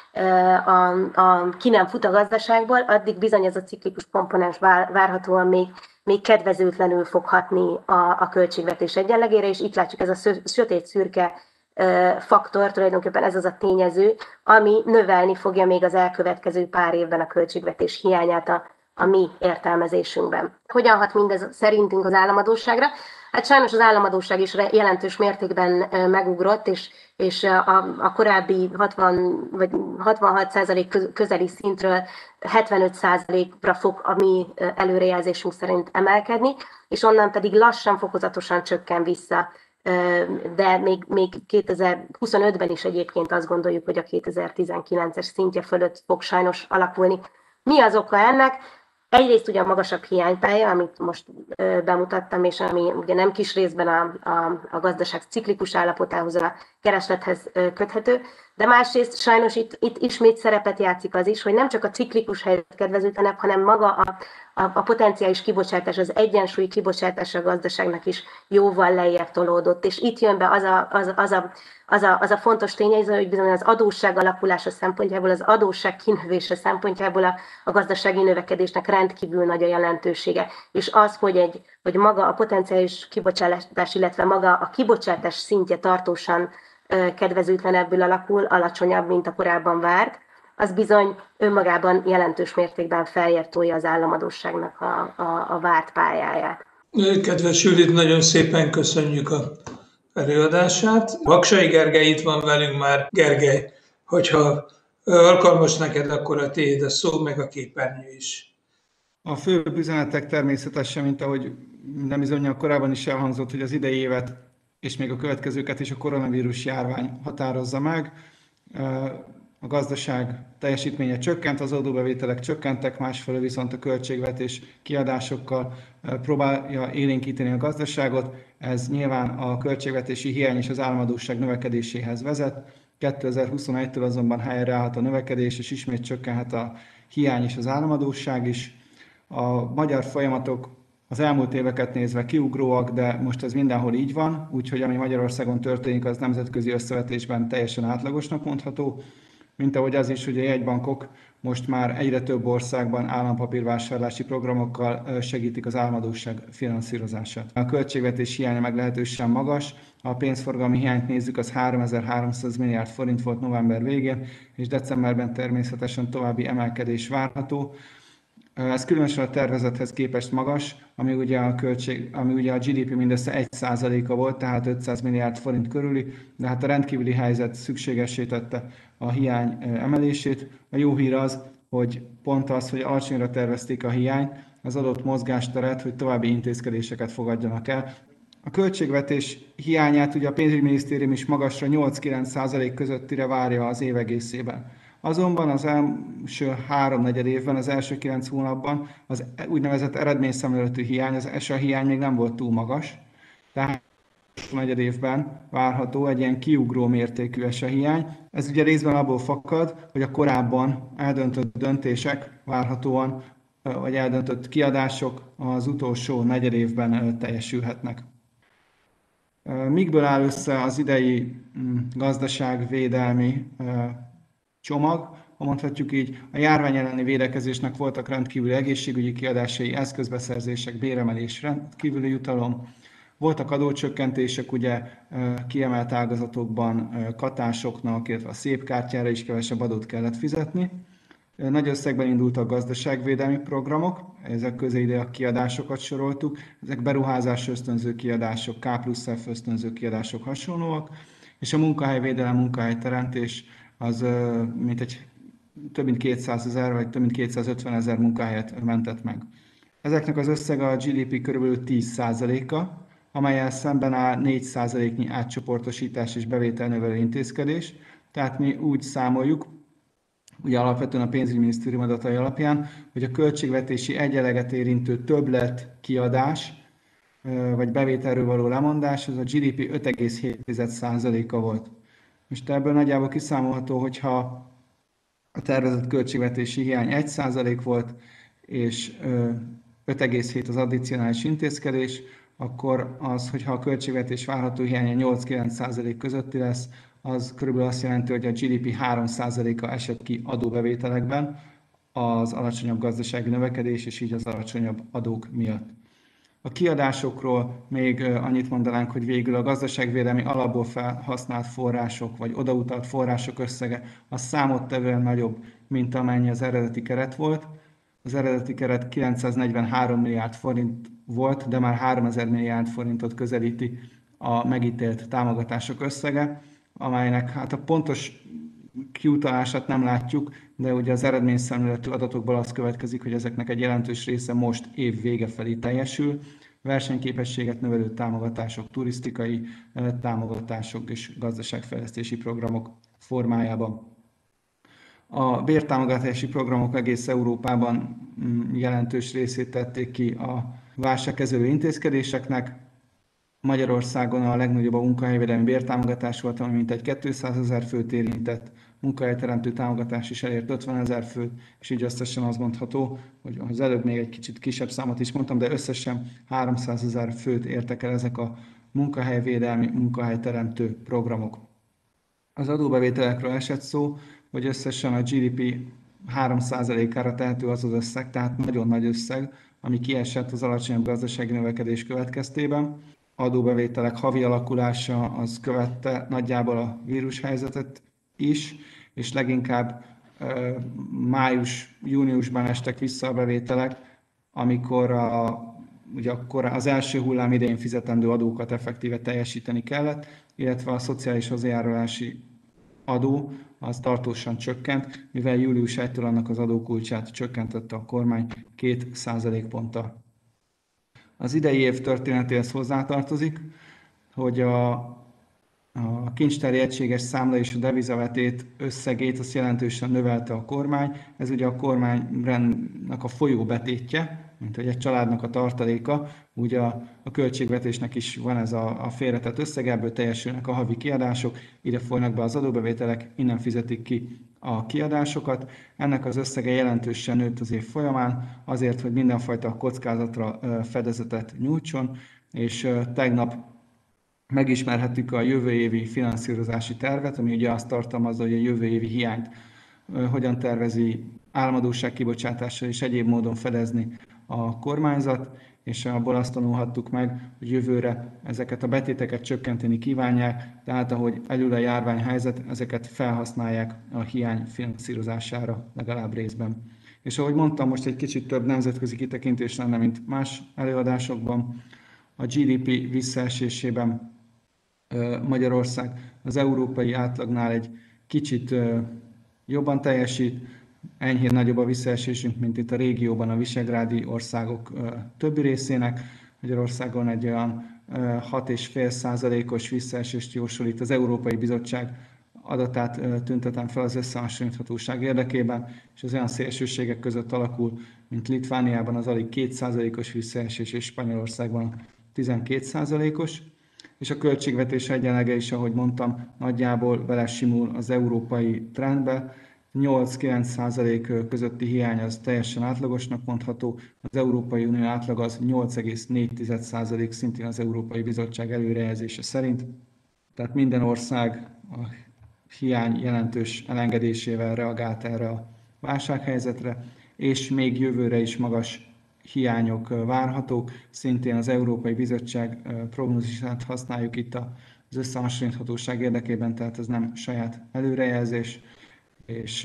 ki nem fut a gazdaságból, addig bizony ez a ciklikus komponens várhatóan még kedvezőtlenül fog hatni a költségvetés egyenlegére, és itt látjuk ez a sötét-szürke faktor, tulajdonképpen ez az a tényező, ami növelni fogja még az elkövetkező pár évben a költségvetés hiányát a mi értelmezésünkben. Hogyan hat mindez szerintünk az államadósságra? Hát sajnos az államadósság is jelentős mértékben megugrott, és a korábbi 60 vagy 66% közeli szintről 75%-ra fog a mi előrejelzésünk szerint emelkedni, és onnan pedig lassan, fokozatosan csökken vissza. De még 2025-ben is egyébként azt gondoljuk, hogy a 2019-es szintje fölött fog sajnos alakulni. Mi az oka ennek? Egyrészt ugye a magasabb hiánypálya, amit most bemutattam, és ami ugye nem kis részben a gazdaság ciklikus állapotához, a kereslethez köthető, de másrészt sajnos itt ismét szerepet játszik az is, hogy nem csak a ciklikus helyzet kedvezőtlenebb, hanem maga a potenciális kibocsátás, az egyensúlyi kibocsátás a gazdaságnak is jóval lejjebb tolódott. És itt jön be az a fontos tényező, hogy bizony az adósság alakulása szempontjából, az adósság kinövése szempontjából a gazdasági növekedésnek rendkívül nagy a jelentősége. És az, hogy maga a potenciális kibocsátás, illetve maga a kibocsátás szintje tartósan kedvezőtlenebbül alakul, alacsonyabb, mint a korábban várt, az bizony önmagában jelentős mértékben feljebb tolja az államadósságnak a várt pályáját. Kedves Judit, nagyon szépen köszönjük a előadását. Vaksai Gergely itt van velünk már. Gergely, hogyha alkalmas neked, akkor a tiéd a szó, meg a képernyő is. A főbb üzenetek természetesen, mint ahogy nem bizonnyal korábban is elhangzott, hogy az idei évet és még a következőket is a koronavírus járvány határozza meg. A gazdaság teljesítménye csökkent, az adóbevételek csökkentek, másfelől viszont a költségvetés kiadásokkal próbálja élénkíteni a gazdaságot. Ez nyilván a költségvetési hiány és az államadósság növekedéséhez vezet. 2021-től azonban helyreállhat a növekedés, és ismét csökkenhet a hiány és az államadósság is. A magyar folyamatok az elmúlt éveket nézve kiugróak, de most ez mindenhol így van, úgyhogy ami Magyarországon történik, az nemzetközi összevetésben teljesen átlagosnak mondható, mint ahogy az is, hogy a jegybankok most már egyre több országban állampapírvásárlási programokkal segítik az államadósság finanszírozását. A költségvetés hiánya meglehetősen magas, ha a pénzforgalmi hiányt nézzük, az 3300 milliárd forint volt november végén, és decemberben természetesen további emelkedés várható. Ez különösen a tervezethez képest magas, ami ugye a GDP mindössze 1%-a volt, tehát 500 milliárd forint körüli, de hát a rendkívüli helyzet szükségessé tette a hiány emelését. A jó hír az, hogy pont az, hogy alacsonyra tervezték a hiányt, az adott mozgásteret, hogy további intézkedéseket fogadjanak el. A költségvetés hiányát ugye a pénzügyminisztérium is magasra 8-9% közöttire várja az év egészében. Azonban az első 3-4 évben, az első 9 hónapban az úgynevezett eredményszemléletű hiány, az ESA hiány még nem volt túl magas. Tehát a negyed évben várható egy ilyen kiugró mértékű ESA hiány. Ez ugye részben abból fakad, hogy a korábban eldöntött döntések várhatóan, vagy eldöntött kiadások az utolsó negyed évben teljesülhetnek. Mikből áll össze az idei gazdaságvédelmi csomag, ha mondhatjuk így, a járvány elleni védekezésnek voltak rendkívüli egészségügyi kiadásai, eszközbeszerzések, béremelés, rendkívüli jutalom, voltak adócsökkentések, ugye kiemelt ágazatokban katásoknak, illetve a szépkártyára is kevesebb adót kellett fizetni. Nagy összegben indultak gazdaságvédelmi programok, ezek közé ide a kiadásokat soroltuk, ezek beruházás ösztönző kiadások, K+F ösztönző kiadások hasonlóak, és a munkahelyvédelem, munkahelyteremtés az több mint 200 000 vagy több mint 250 000 munkahelyet mentett meg. Ezeknek az összege a GDP kb. 10%-a, amellyel szemben áll 4%-nyi átcsoportosítás és bevételnövelő intézkedés. Tehát mi úgy számoljuk, ugye alapvetően a pénzügyminisztérium adatai alapján, hogy a költségvetési egyenleget érintő többlet kiadás, vagy bevételről való lemondás, az a GDP 5,7%-a volt. Most ebből nagyjából kiszámolható, hogyha a tervezett költségvetési hiány 1% volt, és 5,7 az addicionális intézkedés, akkor az, hogyha a költségvetés várható hiánya 8-9% közötti lesz, az körülbelül azt jelenti, hogy a GDP 3%-a esett ki adóbevételekben az alacsonyabb gazdasági növekedés és így az alacsonyabb adók miatt. A kiadásokról még annyit mondanánk, hogy végül a gazdaságvédelmi alapból felhasznált források, vagy odautalt források összege az számottevően nagyobb, mint amennyi az eredeti keret volt. Az eredeti keret 943 milliárd forint volt, de már 3000 milliárd forintot közelíti a megítélt támogatások összege, amelynek hát a pontos kiutalását nem látjuk, de ugye az eredményszemléletű adatokból az következik, hogy ezeknek egy jelentős része most év vége felé teljesül. Versenyképességet növelő támogatások, turisztikai támogatások és gazdaságfejlesztési programok formájában. A bértámogatási programok egész Európában jelentős részét tették ki a válságkezelő intézkedéseknek. Magyarországon a legnagyobb a munkahelyvédelmi bértámogatás volt, ami mintegy 200 000 főt érintett, munkahelyteremtő támogatás is elért 50 000 főt, és így összesen az mondható, hogy az előbb még egy kicsit kisebb számot is mondtam, de összesen 300 000 főt értek el ezek a munkahelyvédelmi, munkahelyteremtő programok. Az adóbevételekről esett szó, hogy összesen a GDP 3%-ára tehető az az összeg, tehát nagyon nagy összeg, ami kiesett az alacsonyabb gazdasági növekedés következtében. Adóbevételek havi alakulása az követte nagyjából a vírushelyzetet is, és leginkább május-júniusban estek vissza a bevételek, amikor ugye akkor az első hullám idején fizetendő adókat effektíve teljesíteni kellett, illetve a szociális hozzájárulási adó az tartósan csökkent, mivel július 1-től annak az adókulcsát csökkentette a kormány 2 százalékponttal. Az idei év történetéhez hozzátartozik, hogy a kincstári egységes számla és a devizavetét összegét azt jelentősen növelte a kormány. Ez ugye a kormányrendnek a folyóbetétje, mint hogy egy családnak a tartaléka, ugye a költségvetésnek is van ez a félretett összeg, ebből teljesülnek a havi kiadások, ide folynak be az adóbevételek, innen fizetik ki a kiadásokat. Ennek az összege jelentősen nőtt az év folyamán, azért, hogy mindenfajta kockázatra fedezetet nyújtson, és tegnap megismerhettük a jövő évi finanszírozási tervet, ami ugye azt tartalmazza, hogy a jövő évi hiányt hogyan tervezi államadósság kibocsátással és egyéb módon fedezni a kormányzat, és abból azt tanulhattuk meg, hogy jövőre ezeket a betéteket csökkenteni kívánják, tehát ahogy elül a járványhelyzet, ezeket felhasználják a hiány finanszírozására legalább részben. És ahogy mondtam, most egy kicsit több nemzetközi kitekintés lenne, mint más előadásokban. A GDP visszaesésében Magyarország az európai átlagnál egy kicsit jobban teljesít, enyhén nagyobb a visszaesésünk, mint itt a régióban a visegrádi országok többi részének. Magyarországon egy olyan 6,5%-os visszaesést jósol itt az Európai Bizottság adatát tüntetem fel az összehasonlíthatóság érdekében, és az olyan szélsőségek között alakul, mint Litvániában az alig 2%-os visszaesés, és Spanyolországban 12%-os. És a költségvetés egyenlege is, ahogy mondtam, nagyjából belesimul az európai trendbe. 8-9% közötti hiány az teljesen átlagosnak mondható, az Európai Unió átlag az 8,4%, szintén az Európai Bizottság előrejelzése szerint. Tehát minden ország a hiány jelentős elengedésével reagált erre a válsághelyzetre, és még jövőre is magas hiányok várhatók. Szintén az Európai Bizottság prognózisát használjuk itt az összehasonlíthatóság érdekében, tehát ez nem saját előrejelzés, és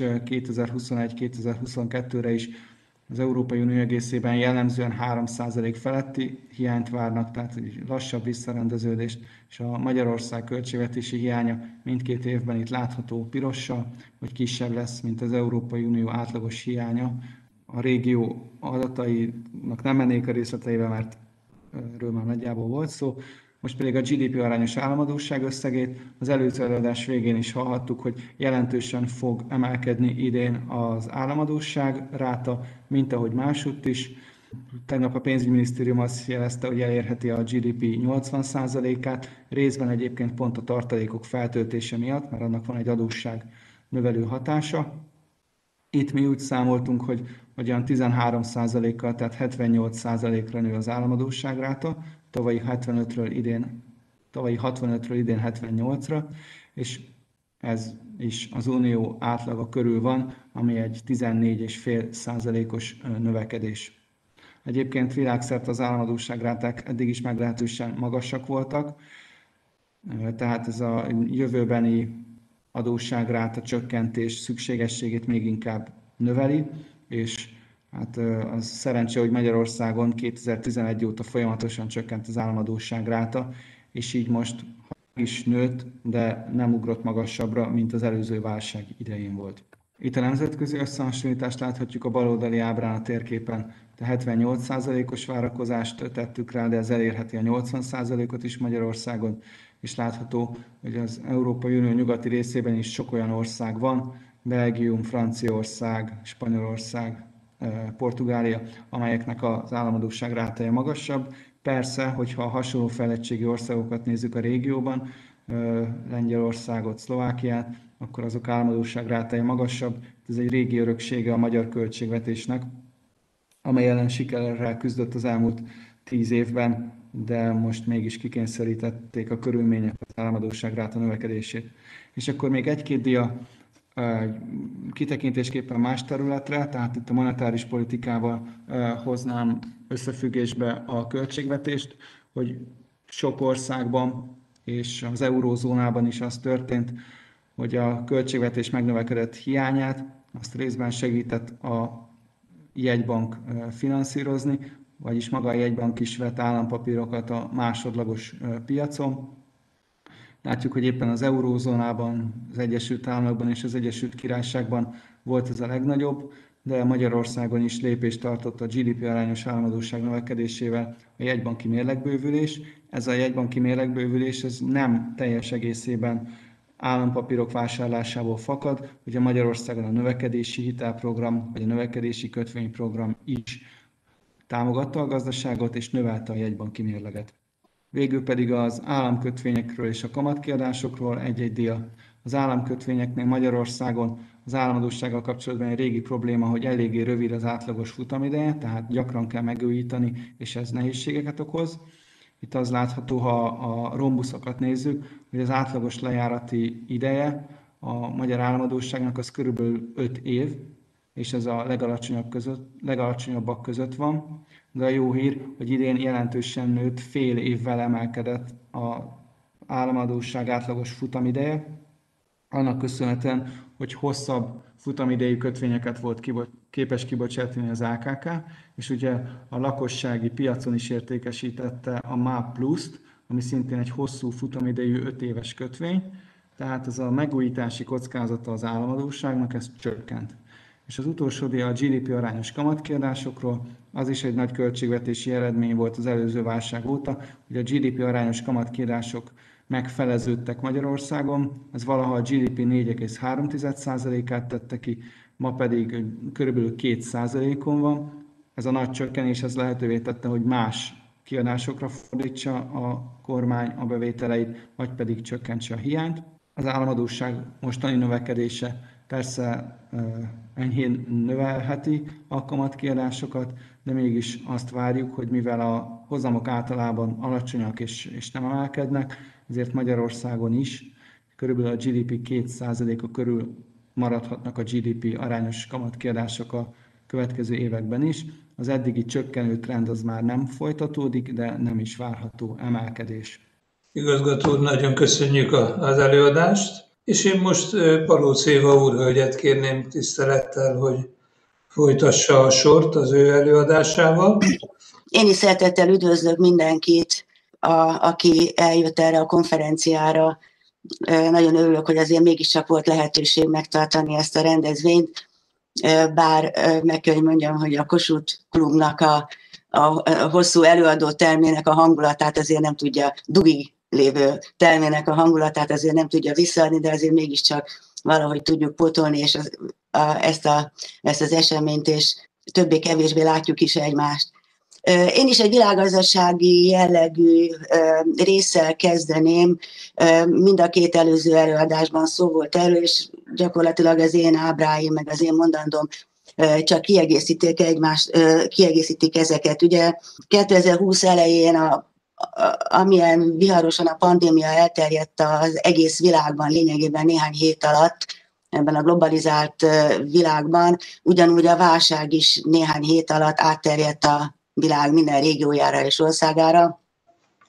2021-2022-re is az Európai Unió egészében jellemzően 3% feletti hiányt várnak, tehát egy lassabb visszarendeződést, és a Magyarország költségvetési hiánya mindkét évben itt látható pirossal, hogy kisebb lesz, mint az Európai Unió átlagos hiánya. A régió adatainak nem mennék a részleteibe, mert erről már nagyjából volt szó. Most pedig a GDP arányos államadósság összegét. Az előző előadás végén is hallhattuk, hogy jelentősen fog emelkedni idén az államadósság ráta, mint ahogy másutt is. Tegnap a pénzügyminisztérium azt jelezte, hogy elérheti a GDP 80%-át, részben egyébként pont a tartalékok feltöltése miatt, mert annak van egy adósság növelő hatása. Itt mi úgy számoltunk, hogy olyan 13%-kal, tehát 78%-ra nő az államadósságráta, tavalyi 65-ről idén 78-ra, és ez is az unió átlaga körül van, ami egy 14,5%-os növekedés. Egyébként világszerte az államadósságráták eddig is meglehetősen magasak voltak, tehát ez a jövőbeni adósságráta csökkentés szükségességét még inkább növeli, és Hát az szerencsé, hogy Magyarországon 2011 óta folyamatosan csökkent az államadósság ráta, és így most is nőtt, de nem ugrott magasabbra, mint az előző válság idején volt. Itt a nemzetközi összehasonlítást láthatjuk a baloldali ábrán a térképen. A 78%-os várakozást tettük rá, de ez elérheti a 80%-ot is Magyarországon, és látható, hogy az Európai Unió nyugati részében is sok olyan ország van, Belgium, Franciaország, Spanyolország, Portugália, amelyeknek az államadósság rátája magasabb. Persze, hogyha a hasonló fejlettségi országokat nézzük a régióban, Lengyelországot, Szlovákiát, akkor azok államadósság rátája magasabb. Ez egy régi öröksége a magyar költségvetésnek, amely ellen sikerrel küzdött az elmúlt 10 évben, de most mégis kikényszerítették a körülmények az államadósság ráta növekedését. És akkor még egy-két dia kitekintésképpen más területre, tehát itt a monetáris politikával hoznám összefüggésbe a költségvetést, hogy sok országban és az eurózónában is az történt, hogy a költségvetés megnövekedett hiányát, azt részben segített a jegybank finanszírozni, vagyis maga a jegybank is vett állampapírokat a másodlagos piacon. Látjuk, hogy éppen az eurózónában, az Egyesült Államokban és az Egyesült Királyságban volt ez a legnagyobb, de Magyarországon is lépést tartott a GDP arányos államadósság növekedésével a jegybanki mérlegbővülés. Ez a jegybanki mérlegbővülés ez nem teljes egészében állampapírok vásárlásából fakad, hogy a Magyarországon a növekedési hitelprogram vagy a növekedési kötvényprogram is támogatta a gazdaságot és növelte a jegybanki mérleget. Végül pedig az államkötvényekről és a kamatkiadásokról egy-egy dia. Az államkötvényeknél Magyarországon az államadóssággal kapcsolatban egy régi probléma, hogy eléggé rövid az átlagos futamideje, tehát gyakran kell megújítani, és ez nehézségeket okoz. Itt az látható, ha a rombuszokat nézzük, hogy az átlagos lejárati ideje a magyar államadósságnak az körülbelül 5 év, és ez a legalacsonyabbak között van. De a jó hír, hogy idén jelentősen nőtt, fél évvel emelkedett az államadósság átlagos futamideje, annak köszönhetően, hogy hosszabb futamidejű kötvényeket volt képes kibocsátani az AKK, és ugye a lakossági piacon is értékesítette a MÁP Plus-t, ami szintén egy hosszú futamidejű 5 éves kötvény, tehát ez a megújítási kockázata az államadósságnak, ez csökkent. És az utolsó dia a GDP arányos kamatkiadásokról, az is egy nagy költségvetési eredmény volt az előző válság óta, hogy a GDP arányos kamatkiadások megfeleződtek Magyarországon, ez valaha a GDP 4,3%-át tette ki, ma pedig körülbelül 2%-on van. Ez a nagy csökkenés ez lehetővé tette, hogy más kiadásokra fordítsa a kormány a bevételeit, vagy pedig csökkentse a hiányt. Az államadósság mostani növekedése persze enyhén növelheti a kamatkiadásokat, de mégis azt várjuk, hogy mivel a hozamok általában alacsonyak és nem emelkednek, ezért Magyarországon is körülbelül a GDP 2%-a körül maradhatnak a GDP arányos kamatkiadások a következő években is. Az eddigi csökkenő trend az már nem folytatódik, de nem is várható emelkedés. Igazgató úr, nagyon köszönjük az előadást, és én most Palóc Éva úrhölgyet kérném tisztelettel, hogy folytassa a sort az ő előadásával. Én is szeretettel üdvözlök mindenkit, aki eljött erre a konferenciára. Nagyon örülök, hogy azért mégiscsak volt lehetőség megtartani ezt a rendezvényt, bár meg kell, hogy mondjam, hogy a Kossuth Klubnak a hosszú előadó termének a hangulatát azért nem tudja, dugi lévő termének a hangulatát azért nem tudja visszaadni, de azért mégiscsak valahogy tudjuk pótolni, és ezt az eseményt, és többé-kevésbé látjuk is egymást. Én is egy világgazdasági jellegű résszel kezdeném. Mind a két előző előadásban szó volt erről, és gyakorlatilag az én ábráim, meg az én mondandóm csak kiegészítik ezeket. Ugye 2020 elején amilyen viharosan a pandémia elterjedt az egész világban, lényegében néhány hét alatt, ebben a globalizált világban, ugyanúgy a válság is néhány hét alatt átterjedt a világ minden régiójára és országára.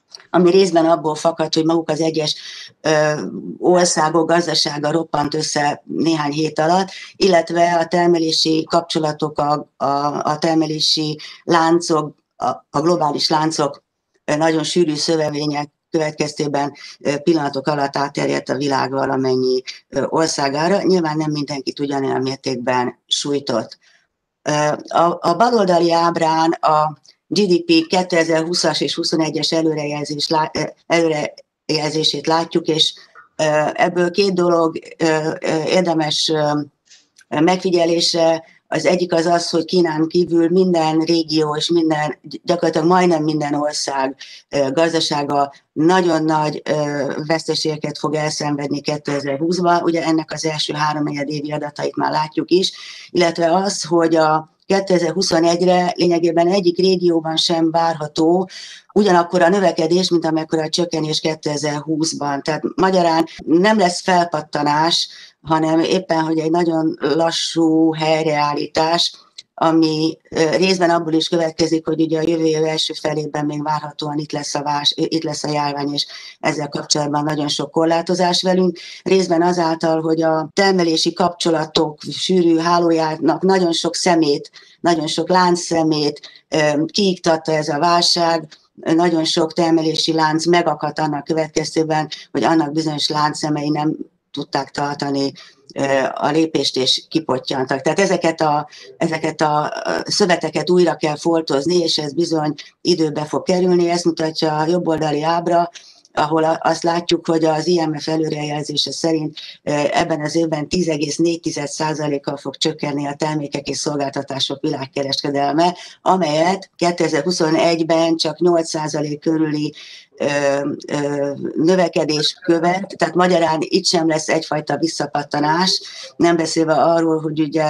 ami részben abból fakad, hogy maguk az egyes országok gazdasága roppant össze néhány hét alatt, illetve a termelési kapcsolatok, a termelési láncok, a globális láncok nagyon sűrű szövevények következtében pillanatok alatt átterjedt a világ valamennyi országára. Nyilván nem mindenkit ugyanolyan mértékben sújtott. A baloldali ábrán a GDP 2020-as és 2021-es előrejelzését látjuk, és ebből két dolog érdemes megfigyelésre. Az egyik az, hogy Kínán kívül minden régió és gyakorlatilag majdnem minden ország gazdasága nagyon nagy veszteségeket fog elszenvedni 2020-ban. Ugye ennek az első 3-4 évi adatait már látjuk is, illetve az, hogy a 2021-re lényegében egyik régióban sem várható ugyanakkor a növekedés, mint amekkora a csökkenés 2020-ban. Tehát magyarán nem lesz felpattanás, hanem éppen, hogy egy nagyon lassú helyreállítás, ami részben abból is következik, hogy ugye a jövő év első felében még várhatóan itt lesz a járvány, és ezzel kapcsolatban nagyon sok korlátozás velünk. Részben azáltal, hogy a termelési kapcsolatok sűrű hálójának nagyon sok szemét, nagyon sok láncszemét kiiktatta ez a válság, nagyon sok termelési lánc megakadt annak következtében, hogy annak bizonyos láncszemei nem tudták tartani a lépést, és kipottyantak. Tehát ezeket a szöveteket újra kell foltozni, és ez bizony időbe fog kerülni. Ezt mutatja a jobboldali ábra, ahol azt látjuk, hogy az IMF előrejelzése szerint ebben az évben 10,4%-kal fog csökkenni a termékek és szolgáltatások világkereskedelme, amelyet 2021-ben csak 8% körüli növekedés követ, tehát magyarán itt sem lesz egyfajta visszapattanás, nem beszélve arról, hogy ugye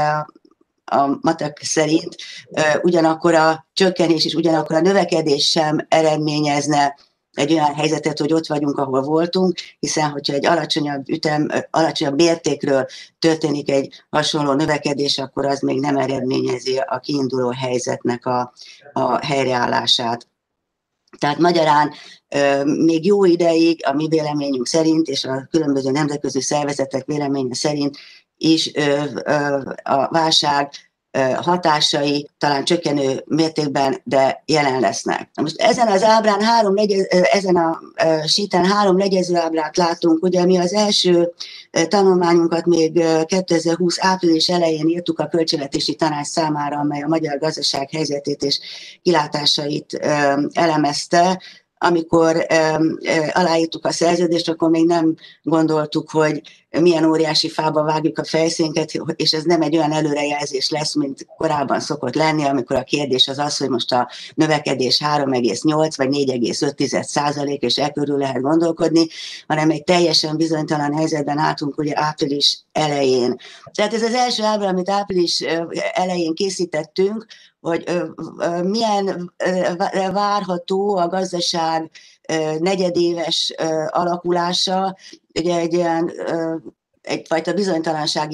a matek szerint ugyanakkor a csökkenés és ugyanakkor a növekedés sem eredményezne egy olyan helyzetet, hogy ott vagyunk, ahol voltunk, hiszen hogyha egy alacsonyabb mértékről történik egy hasonló növekedés, akkor az még nem eredményezi a kiinduló helyzetnek a helyreállását. Tehát magyarán még jó ideig a mi véleményünk szerint, és a különböző nemzetközi szervezetek véleménye szerint is a válság hatásai talán csökkenő mértékben, de jelen lesznek. Most ezen az ábrán ezen a síten 3 legyező ábrát látunk. Ugye mi az első tanulmányunkat még 2020 április elején írtuk a Költségvetési Tanács számára, amely a magyar gazdaság helyzetét és kilátásait elemezte. Amikor aláírtuk a szerződést, akkor még nem gondoltuk, hogy milyen óriási fába vágjuk a fejszénket, és ez nem egy olyan előrejelzés lesz, mint korábban szokott lenni, amikor a kérdés az, hogy most a növekedés 3,8 vagy 4,5%, és körül lehet gondolkodni, hanem egy teljesen bizonytalan helyzetben álltunk ugye április elején. Tehát ez az első ábra, amit április elején készítettünk, hogy milyen várható a gazdaság negyedéves alakulása, ugye egyfajta bizonytalansági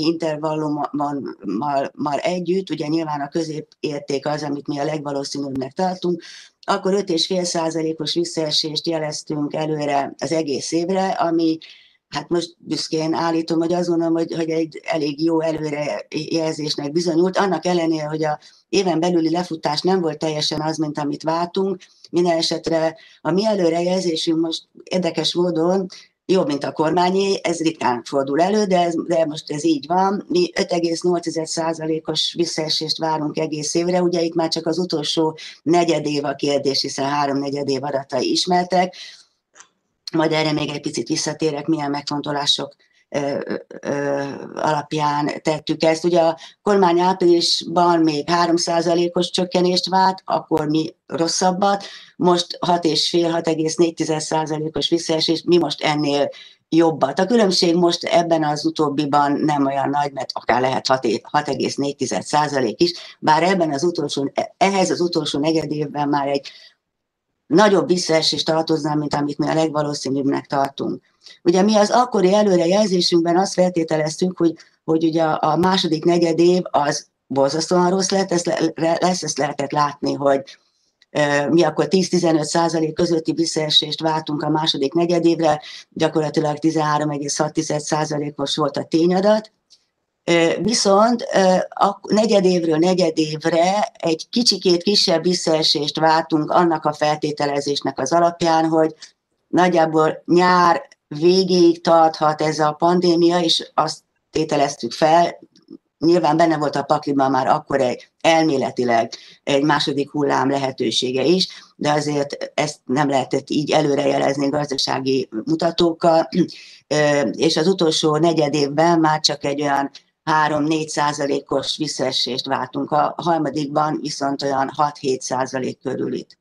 intervallummal együtt, ugye nyilván a középérték az, amit mi a legvalószínűbbnek tartunk, akkor 5,5%-os visszaesést jeleztünk előre az egész évre, ami hát most büszkén állítom, hogy azt gondolom, hogy egy elég jó előrejelzésnek bizonyult, annak ellenére, hogy a éven belüli lefutás nem volt teljesen az, mint amit vártunk. Minden esetre a mi előrejelzésünk most érdekes módon jobb, mint a kormányé, ez ritkán fordul elő, de most ez így van. Mi 5,8%-os visszaesést várunk egész évre, ugye itt már csak az utolsó negyedév a kérdés, hiszen 3/4 év adatai ismertek. Majd erre még egy picit visszatérek, milyen megfontolások alapján tettük ezt. Ugye a kormány áprilisban még 3%-os csökkenést várt, akkor mi rosszabbat, most 6,4%-os visszaesés, mi most ennél jobbat. A különbség most ebben az utóbbiban nem olyan nagy, mert akár lehet 6,4% is, bár ehhez az utolsó negyedévben már egy nagyobb visszaesést tartoznám, mint amit mi a legvalószínűbbnek tartunk. Ugye mi az akkori előrejelzésünkben azt feltételeztünk, hogy ugye a második negyedév az borzasztóan rossz lesz, ezt lehetett látni, hogy mi akkor 10-15% közötti visszaesést vártunk a második negyedévre, gyakorlatilag 13,6%-os volt a tényadat. Viszont a negyedévről negyedévre egy kicsikét kisebb visszaesést vártunk annak a feltételezésnek az alapján, hogy nagyjából nyár végéig tarthat ez a pandémia, és azt tételeztük fel, nyilván benne volt a pakliban már akkor elméletileg egy második hullám lehetősége is, de azért ezt nem lehetett így előrejelezni gazdasági mutatókkal, és az utolsó negyed évben már csak egy olyan 3-4%-os visszaesést vártunk, a harmadikban viszont olyan 6-7% körülit.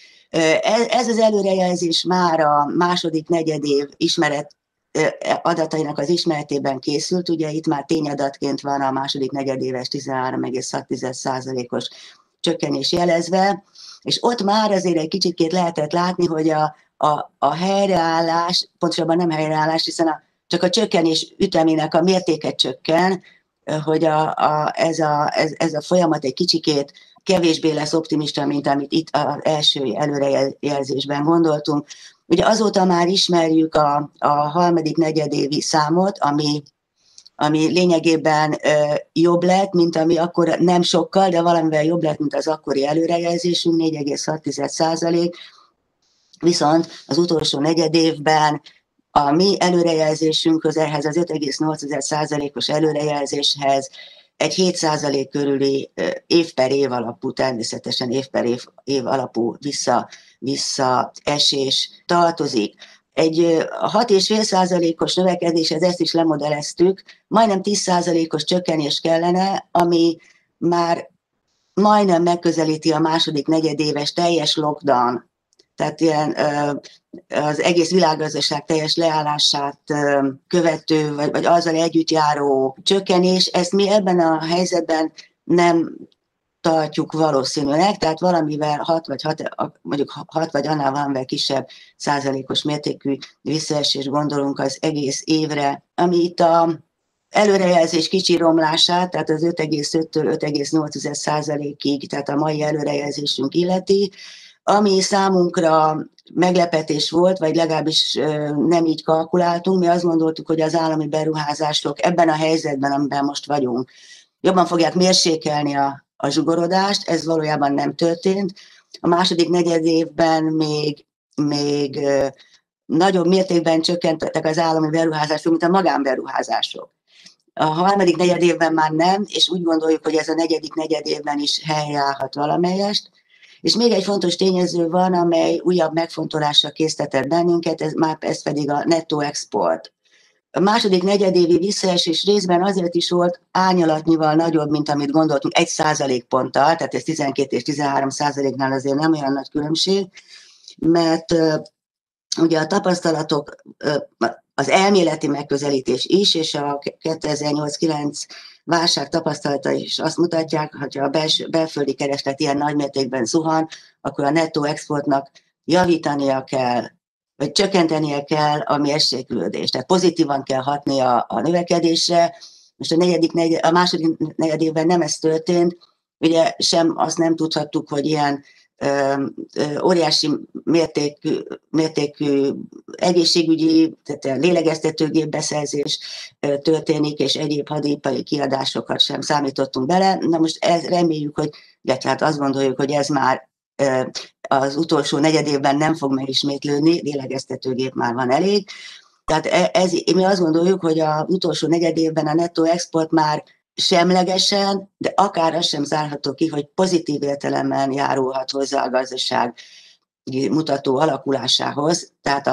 Ez az előrejelzés már a második negyedév adatainak az ismeretében készült, ugye itt már tényadatként van a második negyedéves 13,6%-os csökkenés jelezve, és ott már azért egy kicsit lehetett látni, hogy a helyreállás, pontosabban nem helyreállás, hiszen csak a csökkenés ütemének a mértéke csökken, hogy ez a folyamat egy kicsikét kevésbé lesz optimista, mint amit itt az első előrejelzésben gondoltunk. Ugye azóta már ismerjük a harmadik negyedévi számot, ami lényegében jobb lett, mint ami akkor nem sokkal, de valamivel jobb lett, mint az akkori előrejelzésünk, 4,6%. Viszont az utolsó negyedévben a mi előrejelzésünkhöz, ehhez az 5,8%-os előrejelzéshez egy 7% körüli év per év alapú, természetesen év per év alapú visszaesés tartozik. Egy 6,5%-os növekedéshez ezt is lemodeleztük, majdnem 10%-os csökkenés kellene, ami már majdnem megközelíti a második negyedéves teljes lockdown, tehát ilyen az egész világgazdaság teljes leállását követő, vagy azzal együtt járó csökkenés, ezt mi ebben a helyzetben nem tartjuk valószínűleg, tehát valamivel mondjuk 6 vagy annál valamivel kisebb százalékos mértékű visszaesés gondolunk az egész évre, ami itt a előrejelzés kicsi romlását, tehát az 5,5-től 5,8%-ig, tehát a mai előrejelzésünk illeti, ami számunkra meglepetés volt, vagy legalábbis nem így kalkuláltunk, mi azt gondoltuk, hogy az állami beruházások ebben a helyzetben, amiben most vagyunk, jobban fogják mérsékelni a zsugorodást, ez valójában nem történt. A második negyedévben még nagyobb mértékben csökkentettek az állami beruházások, mint a magánberuházások. A harmadik negyedévben már nem, és úgy gondoljuk, hogy ez a negyedik negyedévben is helyreállhat valamelyest. És még egy fontos tényező van, amely újabb megfontolásra késztetett bennünket, ez pedig a nettó export. A második negyedévi visszaesés részben azért is volt árnyalatnyival nagyobb, mint amit gondoltunk, 1%-ponttal, tehát ez 12 és 13%-nál azért nem olyan nagy különbség, mert ugye a tapasztalatok, az elméleti megközelítés is, és a 2008-9 válság tapasztalatai is azt mutatják, hogy ha a belföldi kereslet ilyen nagymértékben zuhan, akkor a nettó exportnak javítania kell, vagy csökkentenie kell a mérséklődést. Tehát pozitívan kell hatni a növekedésre. Most a második negyedévben nem ez történt, ugye sem azt nem tudhattuk, hogy ilyen óriási mértékű egészségügyi, tehát lélegeztetőgép beszerzés történik, és egyéb hadipari kiadásokat sem számítottunk bele. Na most reméljük, hogy, tehát azt gondoljuk, hogy ez már az utolsó negyedévben nem fog megismétlődni, lélegeztetőgép már van elég. Tehát mi azt gondoljuk, hogy az utolsó negyedévben a nettó export már semlegesen, de akár az sem zárható ki, hogy pozitív értelemben járulhat hozzá a gazdaság mutató alakulásához, tehát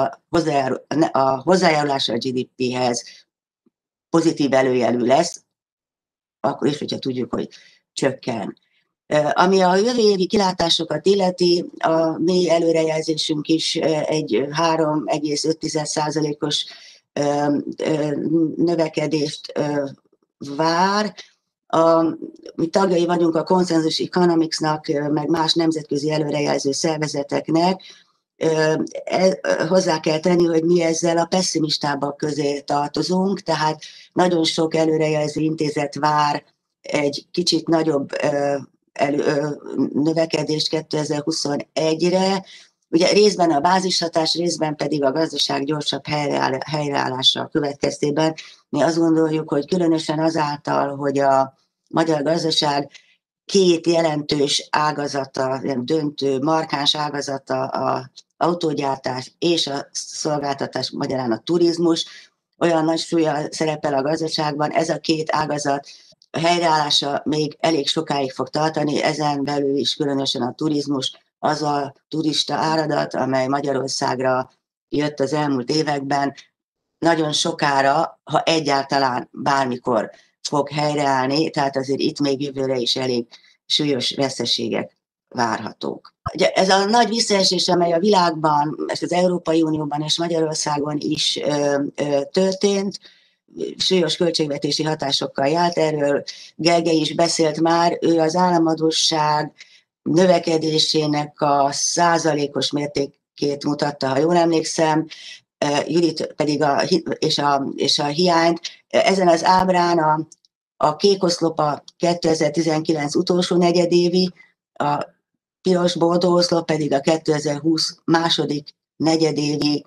a hozzájárulása a GDP-hez pozitív előjelű lesz, akkor is, hogyha tudjuk, hogy csökken. Ami a jövő évi kilátásokat illeti, a mi előrejelzésünk is egy 3,5%-os növekedést vár. Mi tagjai vagyunk a Consensus Economics-nak, meg más nemzetközi előrejelző szervezeteknek. Hozzá kell tenni, hogy mi ezzel a pessimistábbak közé tartozunk, tehát nagyon sok előrejelző intézet vár egy kicsit nagyobb növekedést 2021-re. Ugye részben a bázishatás, részben pedig a gazdaság gyorsabb helyreállása következtében mi azt gondoljuk, hogy különösen azáltal, hogy a magyar gazdaság két jelentős ágazata, döntő, markáns ágazata az autógyártás és a szolgáltatás, magyarán a turizmus, olyan nagy súlya szerepel a gazdaságban, ez a két ágazat helyreállása még elég sokáig fog tartani, ezen belül is különösen a turizmus, az a turista áradat, amely Magyarországra jött az elmúlt években, nagyon sokára, ha egyáltalán bármikor fog helyreállni, tehát azért itt még jövőre is elég súlyos veszteségek várhatók. Ugye ez a nagy visszaesés, amely a világban, az Európai Unióban és Magyarországon is történt, súlyos költségvetési hatásokkal járt, erről Gergely is beszélt már, ő az államadósság növekedésének a százalékos mértékét mutatta, ha jól emlékszem, Judit pedig és a hiányt. Ezen az ábrán a kék oszlop a 2019 utolsó negyedévi, a piros-bordó oszlop pedig a 2020 második negyedév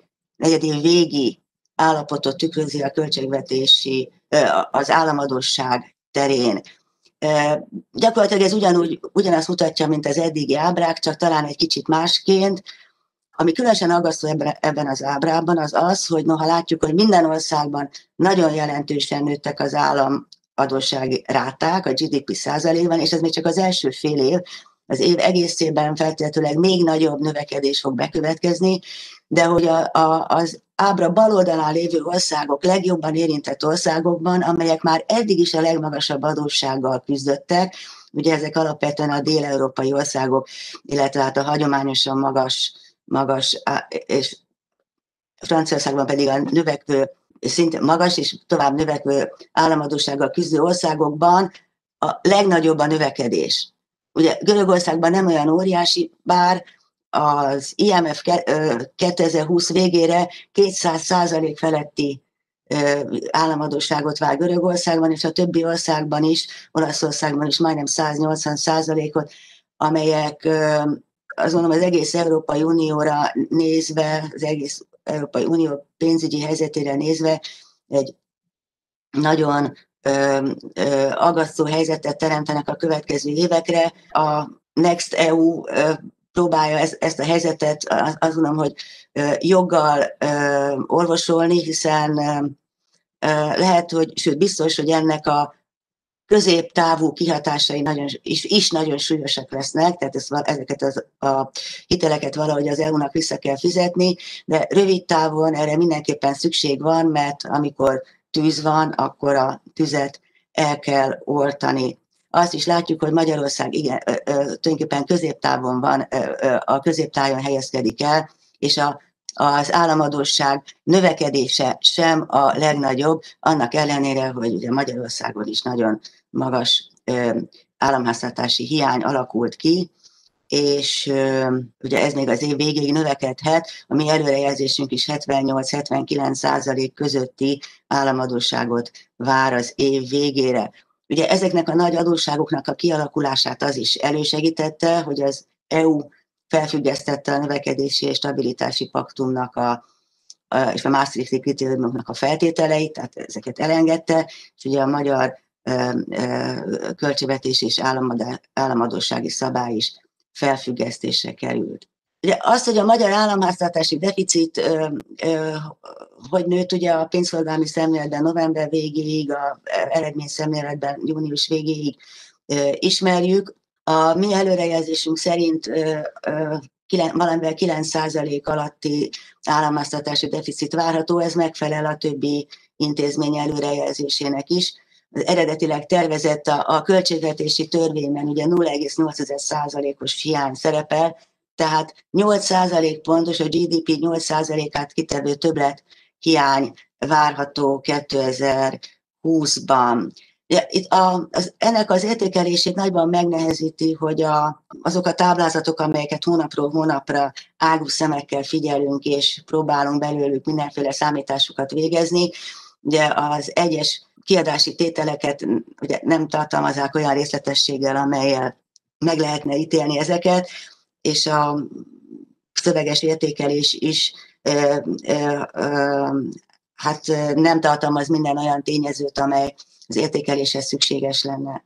végi állapotot tükrözi a költségvetési, az államadósság terén. Gyakorlatilag ez ugyanazt mutatja, mint az eddigi ábrák, csak talán egy kicsit másként. Ami különösen aggasztó ebben az ábrában az az, hogy noha látjuk, hogy minden országban nagyon jelentősen nőttek az államadóssági ráták, a GDP százalékban, és ez még csak az első fél év, az év egészében feltétlenül még nagyobb növekedés fog bekövetkezni, de hogy az ábra bal oldalán lévő országok, legjobban érintett országokban, amelyek már eddig is a legmagasabb adóssággal küzdöttek, ugye ezek alapvetően a dél-európai országok, illetve hát a hagyományosan magas, és Franciaországban pedig a növekvő, szinte magas és tovább növekvő államadóssággal küzdő országokban a legnagyobb a növekedés. Ugye Görögországban nem olyan óriási, bár az IMF 2020 végére 200% feletti államadósságot vár Görögországban, és a többi országban is, Olaszországban is majdnem 180%-ot, amelyek azt mondom, az egész Európai Unióra nézve, az egész Európai Unió pénzügyi helyzetére nézve egy nagyon aggasztó helyzetet teremtenek a következő évekre. A Next EU próbálja ezt a helyzetet, azt mondom, hogy joggal orvosolni, hiszen lehet, hogy, sőt biztos, hogy ennek a középtávú kihatásai is nagyon súlyosak lesznek, tehát ezeket a hiteleket valahogy az EU-nak vissza kell fizetni, de rövid távon erre mindenképpen szükség van, mert amikor tűz van, akkor a tüzet el kell oltani. Azt is látjuk, hogy Magyarország tulajdonképpen középtávon van, a középtávon helyezkedik el, és az államadósság növekedése sem a legnagyobb, annak ellenére, hogy ugye Magyarországon is nagyon magas államháztartási hiány alakult ki, és ugye ez még az év végéig növekedhet, a mi előrejelzésünk is 78-79% közötti államadósságot vár az év végére. Ugye ezeknek a nagy adósságoknak a kialakulását az is elősegítette, hogy az EU felfüggesztette a növekedési és stabilitási paktumnak és a Maastrichti kritériumoknak a feltételeit, tehát ezeket elengedte, és ugye a magyar költségvetési és államadóssági szabály is felfüggesztésre került. Ugye azt, hogy a magyar államháztartási deficit hogy nőtt, ugye a pénzforgalmi szemléletben november végéig, a eredményszemléletben június végéig ismerjük. A mi előrejelzésünk szerint valamivel 9% alatti államháztartási deficit várható, ez megfelel a többi intézmény előrejelzésének is. Az eredetileg tervezett a költségvetési törvényben ugye 0,8%-os hiány szerepel, tehát 8% pontos, a GDP 8%-át kitevő többlet hiány várható 2020-ban. Ennek az értékelését nagyban megnehezíti, hogy azok a táblázatok, amelyeket hónapról hónapra águs szemekkel figyelünk, és próbálunk belőlük mindenféle számításokat végezni, ugye az egyes kiadási tételeket ugye nem tartalmazzák olyan részletességgel, amelyel meg lehetne ítélni ezeket, és a szöveges értékelés is hát nem tartalmaz minden olyan tényezőt, amely az értékeléshez szükséges lenne.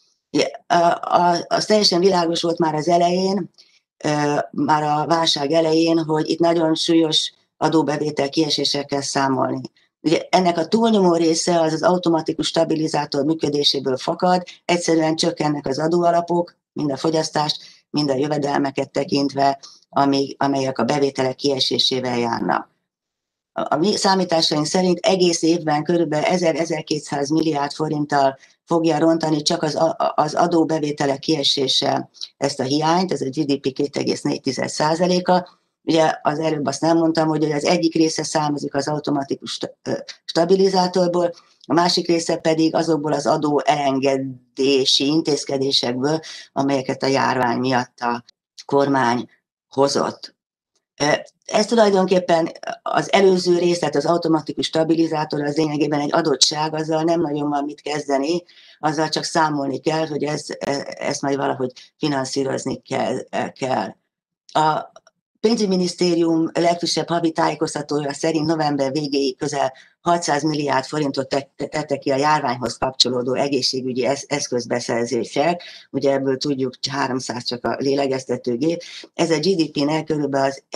Az teljesen világos volt már az elején, már a válság elején, hogy itt nagyon súlyos adóbevétel kiesésekkel számolni. Ugye ennek a túlnyomó része az automatikus stabilizátor működéséből fakad, egyszerűen csökkennek az adóalapok, mind a fogyasztást, mind a jövedelmeket tekintve, amelyek a bevételek kiesésével járnak. A mi számításaink szerint egész évben kb. 1000-1200 milliárd forinttal fogja rontani csak az adóbevételek kiesése ezt a hiányt, ez a GDP 2,4%-a. Ugye az előbb azt nem mondtam, hogy az egyik része származik az automatikus stabilizátorból, a másik része pedig azokból az adó elengedési intézkedésekből, amelyeket a járvány miatt a kormány hozott. Ez tulajdonképpen az előző rész, tehát az automatikus stabilizátor az lényegében egy adottság, azzal nem nagyon van mit kezdeni, azzal csak számolni kell, hogy ezt majd valahogy finanszírozni kell. A pénzügyminisztérium legfrissebb havi tájékoztatója szerint november végéig közel 600 milliárd forintot tettek ki a járványhoz kapcsolódó egészségügyi eszközbeszerzések, ugye ebből tudjuk 300 csak a lélegeztetőgép, ez a GDP-nek körülbelül az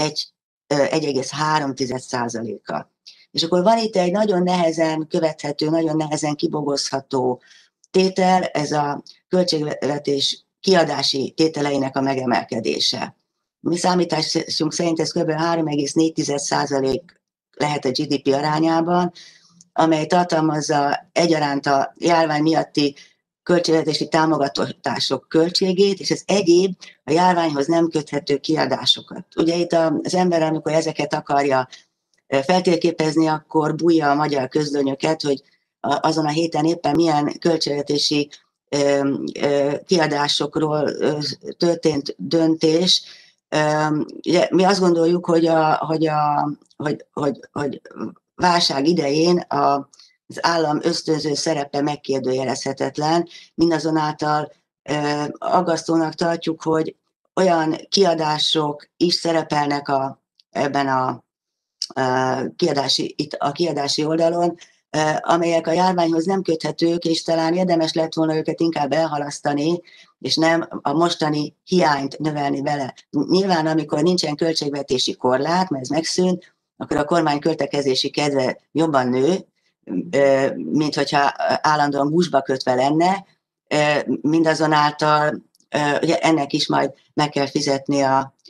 1,3%-a. És akkor van itt egy nagyon nehezen követhető, nagyon nehezen kibogozható tétel, ez a költségvetés kiadási tételeinek a megemelkedése. Mi számításunk szerint ez kb. 3,4% lehet a GDP arányában, amely tartalmazza egyaránt a járvány miatti költségvetési támogatások költségét, és az egyéb a járványhoz nem köthető kiadásokat. Ugye itt az ember, amikor ezeket akarja feltérképezni, akkor bújja a magyar közlönyöket, hogy azon a héten éppen milyen költségvetési kiadásokról történt döntés. Mi azt gondoljuk, hogy válság idején az állam ösztönző szerepe megkérdőjelezhetetlen, mindazonáltal aggasztónak tartjuk, hogy olyan kiadások is szerepelnek ebben a kiadási oldalon, amelyek a járványhoz nem köthetők, és talán érdemes lett volna őket inkább elhalasztani, és nem a mostani hiányt növelni vele. Nyilván, amikor nincsen költségvetési korlát, mert ez megszűnt, akkor a kormány költekezési kedve jobban nő, mint hogyha állandóan gúzsba kötve lenne, mindazonáltal ugye ennek is majd meg kell fizetni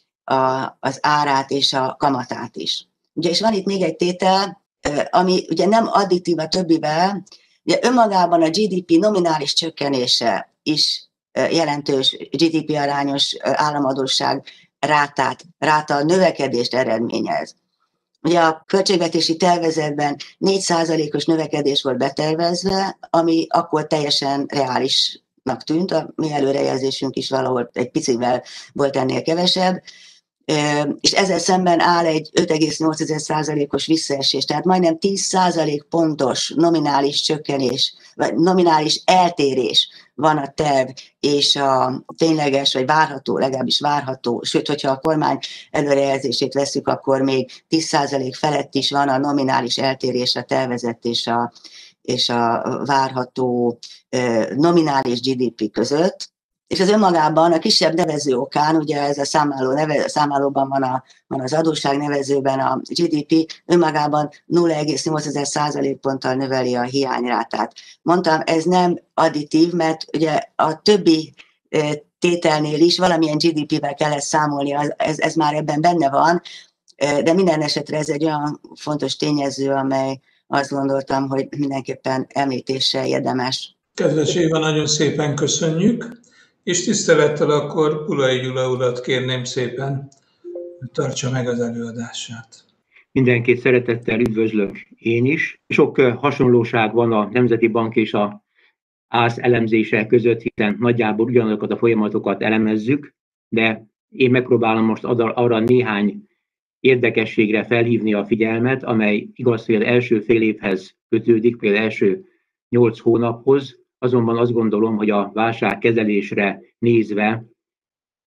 az árát és a kamatát is. Ugye, és van itt még egy tétel, ami ugye nem additív a többivel, ugye önmagában a GDP nominális csökkenése is jelentős GDP arányos államadósság ráta növekedést eredményez. Ugye a költségvetési tervezetben 4%-os növekedés volt betervezve, ami akkor teljesen reálisnak tűnt, a mi előrejelzésünk is valahol egy picivel volt ennél kevesebb, és ezzel szemben áll egy 5,8%-os visszaesés, tehát majdnem 10% pontos nominális csökkenés, vagy nominális eltérés van a terv és a tényleges, vagy várható, legalábbis várható, sőt, hogyha a kormány előrejelzését veszük, akkor még 10% felett is van a nominális eltérés a tervezett és a várható nominális GDP között. És az önmagában a kisebb nevező okán, ugye ez a számlálóban van az adósság nevezőben a GDP, önmagában 0,8% ponttal növeli a hiányrátát. Mondtam, ez nem additív, mert ugye a többi tételnél is valamilyen GDP-vel kellett számolni, ez már ebben benne van, de minden esetre ez egy olyan fontos tényező, amely azt gondoltam, hogy mindenképpen említéssel érdemes. Kedves Éva, nagyon szépen köszönjük. És tisztelettel akkor Pulai Gyula urat kérném szépen, hogy tartsa meg az előadását. Mindenkit szeretettel üdvözlök én is. Sok hasonlóság van a Nemzeti Bank és az ÁSZ elemzése között, hiszen nagyjából ugyanazokat a folyamatokat elemezzük, de én megpróbálom most arra néhány érdekességre felhívni a figyelmet, amely igaz, hogy az első fél évhez kötődik, például első 8 hónaphoz, azonban azt gondolom, hogy a válságkezelésre nézve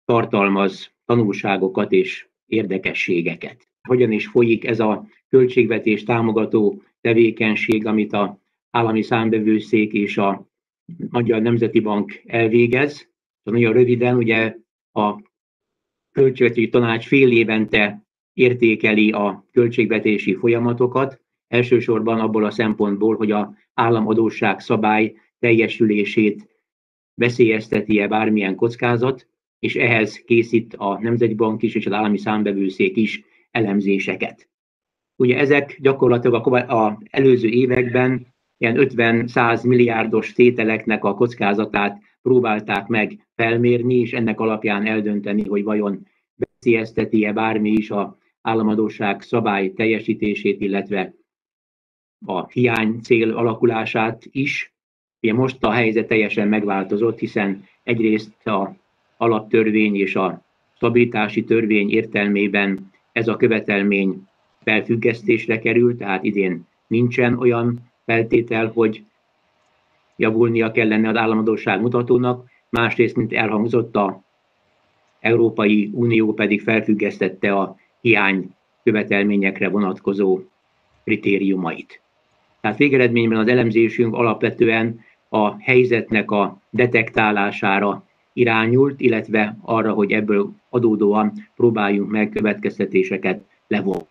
tartalmaz tanulságokat és érdekességeket. Hogyan is folyik ez a költségvetés támogató tevékenység, amit az Állami Számvevőszék és a Magyar Nemzeti Bank elvégez. Nagyon röviden, ugye a Költségvetési Tanács fél évente értékeli a költségvetési folyamatokat, elsősorban abból a szempontból, hogy az államadósság szabály teljesülését veszélyezteti-e bármilyen kockázat, és ehhez készít a Nemzeti Bank is és az Állami Számvevőszék is elemzéseket. Ugye ezek gyakorlatilag az előző években ilyen 50-100 milliárdos tételeknek a kockázatát próbálták meg felmérni, és ennek alapján eldönteni, hogy vajon veszélyezteti-e bármi is az államadósság szabály teljesítését, illetve a hiány cél alakulását is. Ugye most a helyzet teljesen megváltozott, hiszen egyrészt az alaptörvény és a stabilitási törvény értelmében ez a követelmény felfüggesztésre került, tehát idén nincsen olyan feltétel, hogy javulnia kellene az államadósság mutatónak, másrészt, mint elhangzott, az Európai Unió pedig felfüggesztette a hiány követelményekre vonatkozó kritériumait. Tehát végeredményben az elemzésünk alapvetően a helyzetnek a detektálására irányult, illetve arra, hogy ebből adódóan próbáljunk meg következtetéseket levonni.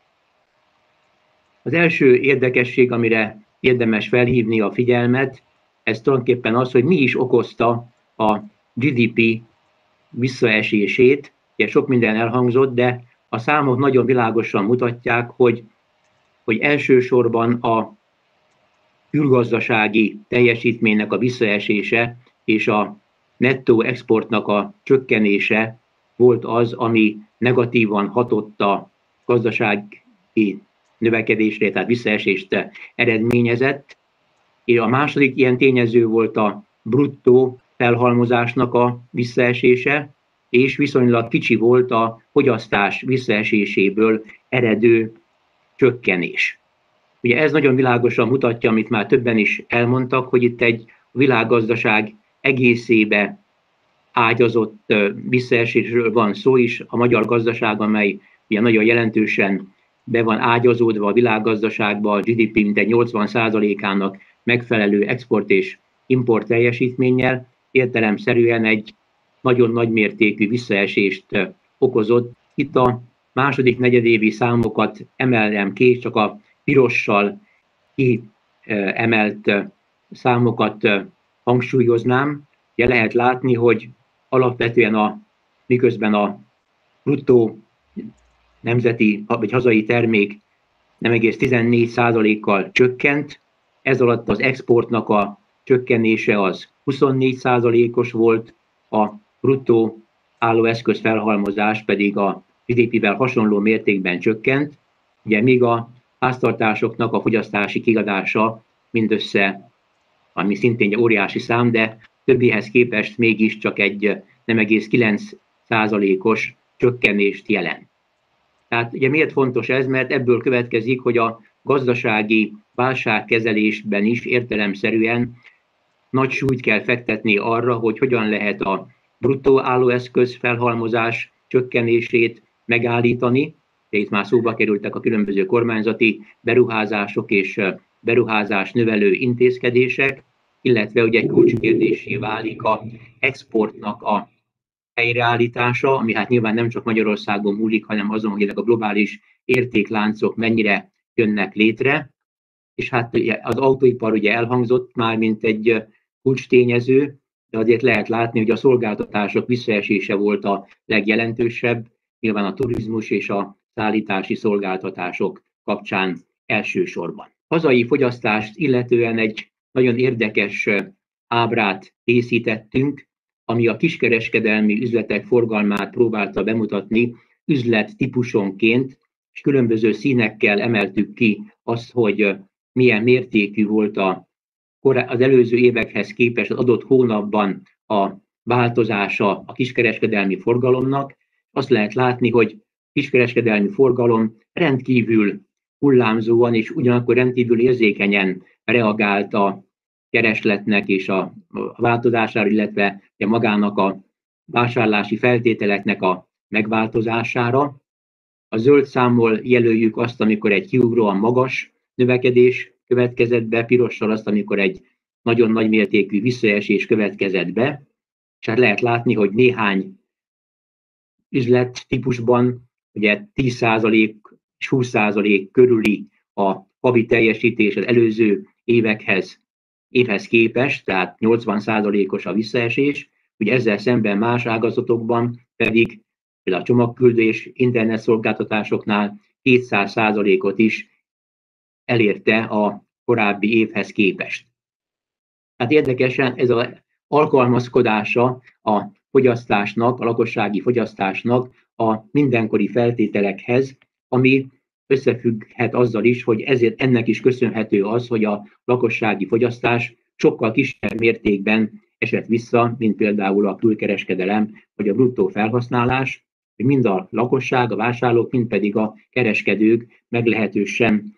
Az első érdekesség, amire érdemes felhívni a figyelmet, ez tulajdonképpen az, hogy mi is okozta a GDP visszaesését. Ugye sok minden elhangzott, de a számok nagyon világosan mutatják, hogy elsősorban a külgazdasági teljesítménynek a visszaesése és a nettó exportnak a csökkenése volt az, ami negatívan hatott a gazdasági növekedésre, tehát visszaesést eredményezett. És a második ilyen tényező volt a bruttó felhalmozásnak a visszaesése, és viszonylag kicsi volt a fogyasztás visszaeséséből eredő csökkenés. Ugye ez nagyon világosan mutatja, amit már többen is elmondtak, hogy itt egy világgazdaság egészébe ágyazott visszaesésről van szó is. A magyar gazdaság, amely ugye nagyon jelentősen be van ágyazódva a világgazdaságba, a GDP mintegy 80%-ának megfelelő export és import teljesítménnyel, értelemszerűen egy nagyon nagy mértékű visszaesést okozott. Itt a második negyedévi számokat emelem ki, csak a pirossal kiemelt számokat hangsúlyoznám. Ugye lehet látni, hogy alapvetően miközben a bruttó nemzeti vagy hazai termék nem egész 14%-kal csökkent, ez alatt az exportnak a csökkenése az 24%-os volt, a bruttó állóeszköz felhalmozás pedig a GDP-vel hasonló mértékben csökkent, ugye míg a háztartásoknak a fogyasztási kiadása mindössze, ami szintén egy óriási szám, de többihez képest mégiscsak egy nem egész 9%-os csökkenést jelent. Tehát ugye miért fontos ez? Mert ebből következik, hogy a gazdasági válságkezelésben is értelemszerűen nagy súlyt kell fektetni arra, hogy hogyan lehet a bruttó állóeszköz felhalmozás csökkenését megállítani. De itt már szóba kerültek a különböző kormányzati beruházások és beruházás növelő intézkedések, illetve ugye egy kulcskérdéssé válik az exportnak a helyreállítása, ami hát nyilván nem csak Magyarországon múlik, hanem azon, hogy ezek a globális értékláncok mennyire jönnek létre. És hát az autóipar ugye elhangzott már, mint egy kulcstényező, de azért lehet látni, hogy a szolgáltatások visszaesése volt a legjelentősebb, nyilván a turizmus és a szállítási szolgáltatások kapcsán elsősorban. Hazai fogyasztást illetően egy nagyon érdekes ábrát készítettünk, ami a kiskereskedelmi üzletek forgalmát próbálta bemutatni üzlet típusonként, és különböző színekkel emeltük ki azt, hogy milyen mértékű volt az előző évekhez képest az adott hónapban a változása a kiskereskedelmi forgalomnak. Azt lehet látni, hogy kiskereskedelmi forgalom rendkívül hullámzóan és ugyanakkor rendkívül érzékenyen reagált a keresletnek és a változására, illetve magának a vásárlási feltételeknek a megváltozására. A zöld számmal jelöljük azt, amikor egy kiugróan magas növekedés következett be, pirossal azt, amikor egy nagyon nagy mértékű visszaesés következett be, és hát lehet látni, hogy néhány üzlettípusban ugye 10% és 20% körüli a havi teljesítés az előző évhez képest, tehát 80%-os a visszaesés, ugye ezzel szemben más ágazatokban pedig például a csomagküldés internetszolgáltatásoknál 200%-ot is elérte a korábbi évhez képest. Hát érdekesen ez az alkalmazkodása a fogyasztásnak, a lakossági fogyasztásnak a mindenkori feltételekhez, ami összefügghet azzal is, hogy ezért ennek is köszönhető az, hogy a lakossági fogyasztás sokkal kisebb mértékben esett vissza, mint például a külkereskedelem vagy a bruttó felhasználás, hogy mind a lakosság, a vásárlók, mind pedig a kereskedők meglehetősen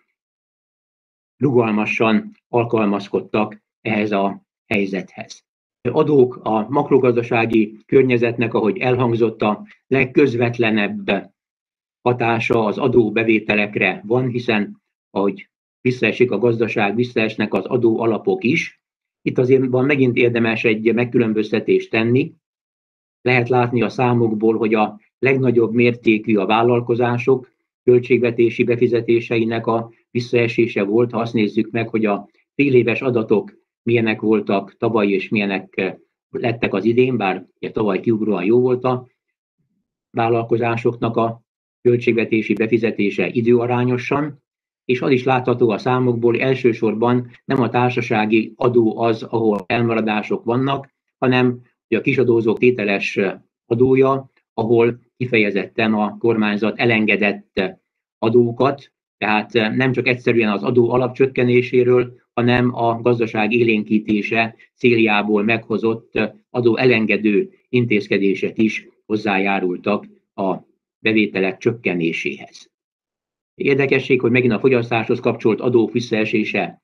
rugalmasan alkalmazkodtak ehhez a helyzethez. Adók a makrogazdasági környezetnek, ahogy elhangzott, a legközvetlenebb hatása az adóbevételekre van, hiszen ahogy visszaesik a gazdaság, visszaesnek az adó alapok is. Itt azért van megint érdemes egy megkülönböztetést tenni. Lehet látni a számokból, hogy a legnagyobb mértékű a vállalkozások költségvetési befizetéseinek a visszaesése volt. Ha azt nézzük meg, hogy a féléves adatok milyenek voltak tavaly és milyenek lettek az idén, bár ugye tavaly kiugróan jó volt a vállalkozásoknak a költségvetési befizetése időarányosan, és az is látható a számokból, elsősorban nem a társasági adó az, ahol elmaradások vannak, hanem a kisadózók tételes adója, ahol kifejezetten a kormányzat elengedett adókat, tehát nem csak egyszerűen az adó alapcsökkenéséről, hanem a gazdaság élénkítése céljából meghozott adó elengedő intézkedések is hozzájárultak a bevételek csökkenéséhez. Érdekesség, hogy megint a fogyasztáshoz kapcsolt adók visszaesése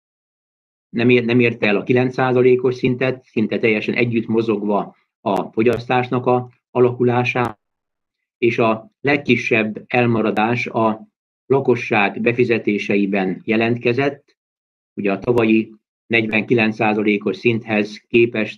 nem érte el a 9%-os szintet, szinte teljesen együtt mozogva a fogyasztásnak a alakulását, és a legkisebb elmaradás a lakosság befizetéseiben jelentkezett. Ugye a tavalyi 49%-os szinthez képest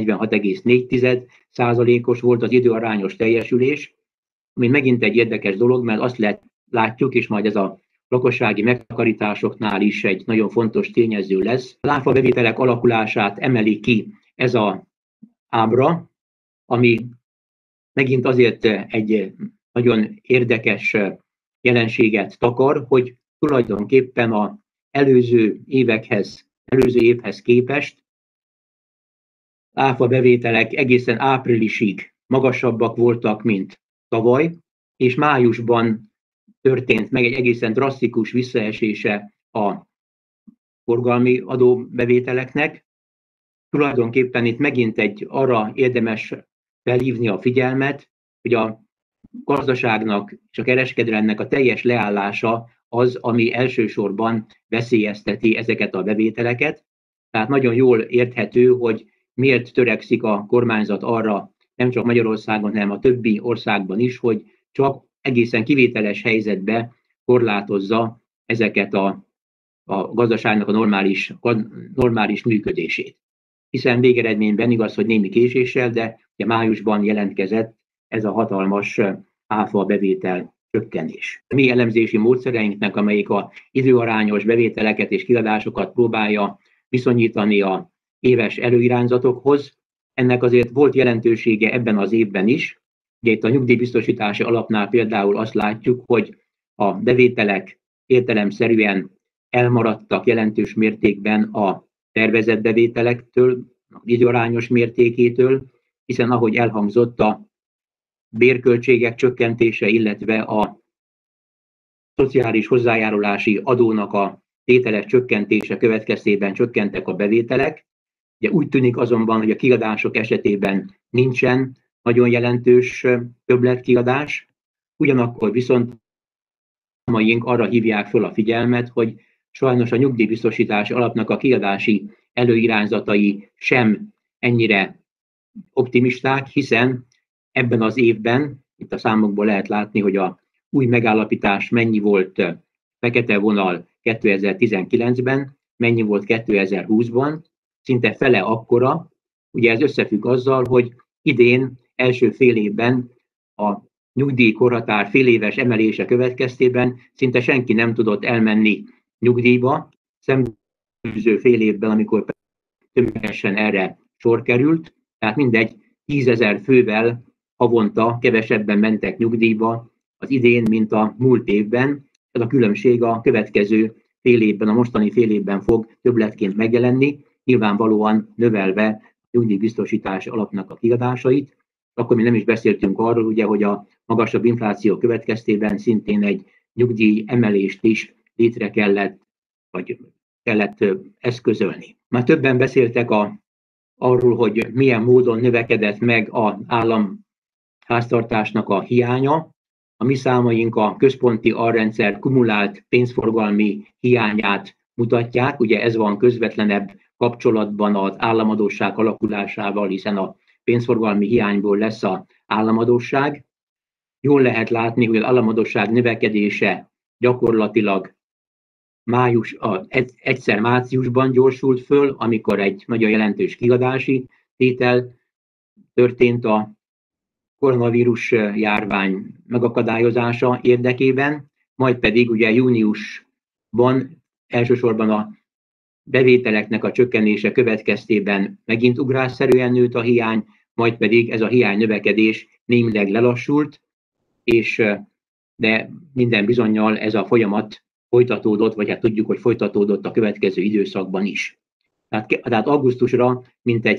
46,4%-os volt az időarányos teljesülés, ami megint egy érdekes dolog, mert azt látjuk, és majd ez a lakossági megtakarításoknál is egy nagyon fontos tényező lesz. Az áfa bevételek alakulását emeli ki ez az ábra, ami megint azért egy nagyon érdekes jelenséget takar, hogy tulajdonképpen az előző évhez képest áfa bevételek egészen áprilisig magasabbak voltak, mint tavaly, és májusban történt meg egy egészen drasztikus visszaesése a forgalmi adóbevételeknek. Tulajdonképpen itt megint arra érdemes felhívni a figyelmet, hogy a gazdaságnak és a kereskedelemnek a teljes leállása az, ami elsősorban veszélyezteti ezeket a bevételeket. Tehát nagyon jól érthető, hogy miért törekszik a kormányzat arra, nem csak Magyarországon, hanem a többi országban is, hogy csak egészen kivételes helyzetbe korlátozza ezeket a gazdaságnak a normális működését. Hiszen végeredményben igaz, hogy némi késéssel, de ugye májusban jelentkezett ez a hatalmas áfa bevétel csökkenés. A mi elemzési módszereinknek, amelyik az időarányos bevételeket és kiadásokat próbálja viszonyítani az éves előirányzatokhoz, ennek azért volt jelentősége ebben az évben is. Ugye itt a nyugdíjbiztosítási alapnál például azt látjuk, hogy a bevételek értelemszerűen elmaradtak jelentős mértékben a tervezett bevételektől, az időarányos mértékétől, hiszen ahogy elhangzott, a bérköltségek csökkentése, illetve a szociális hozzájárulási adónak a tételes csökkentése következtében csökkentek a bevételek. Ugye úgy tűnik azonban, hogy a kiadások esetében nincsen nagyon jelentős többletkiadás, ugyanakkor viszont arra hívják föl a figyelmet, hogy sajnos a nyugdíjbiztosítási alapnak a kiadási előirányzatai sem ennyire optimisták, hiszen ebben az évben, itt a számokból lehet látni, hogy a új megállapítás mennyi volt fekete vonal 2019-ben, mennyi volt 2020-ban, szinte fele akkora. Ugye ez összefügg azzal, hogy idén első fél évben a nyugdíjkorhatár féléves emelése következtében szinte senki nem tudott elmenni nyugdíjba, szemben fél évben, amikor tömegesen erre sor került, tehát mindegy 10 000 fővel havonta kevesebben mentek nyugdíjba az idén, mint a múlt évben. Ez a különbség a következő fél évben, a mostani fél évben fog többletként megjelenni, nyilvánvalóan növelve a nyugdíjbiztosítás alapnak a kiadásait. Akkor mi nem is beszéltünk arról, ugye, hogy a magasabb infláció következtében szintén egy nyugdíj emelést is létre kellett eszközölni. Már többen beszéltek arról, hogy milyen módon növekedett meg az államháztartásnak a hiánya. A mi számaink a központi alrendszer kumulált pénzforgalmi hiányát mutatják. Ugye ez van közvetlenebb kapcsolatban az államadósság alakulásával, hiszen a pénzforgalmi hiányból lesz az államadósság. Jól lehet látni, hogy az államadósság növekedése gyakorlatilag egyszer márciusban gyorsult föl, amikor egy nagyon jelentős kiadási tétel történt a koronavírus járvány megakadályozása érdekében, majd pedig ugye júniusban elsősorban a bevételeknek a csökkenése következtében megint ugrásszerűen nőtt a hiány, majd pedig ez a hiány növekedés némileg lelassult, de minden bizonnyal ez a folyamat folytatódott, vagy hát tudjuk, hogy folytatódott a következő időszakban is. Tehát augusztusra mintegy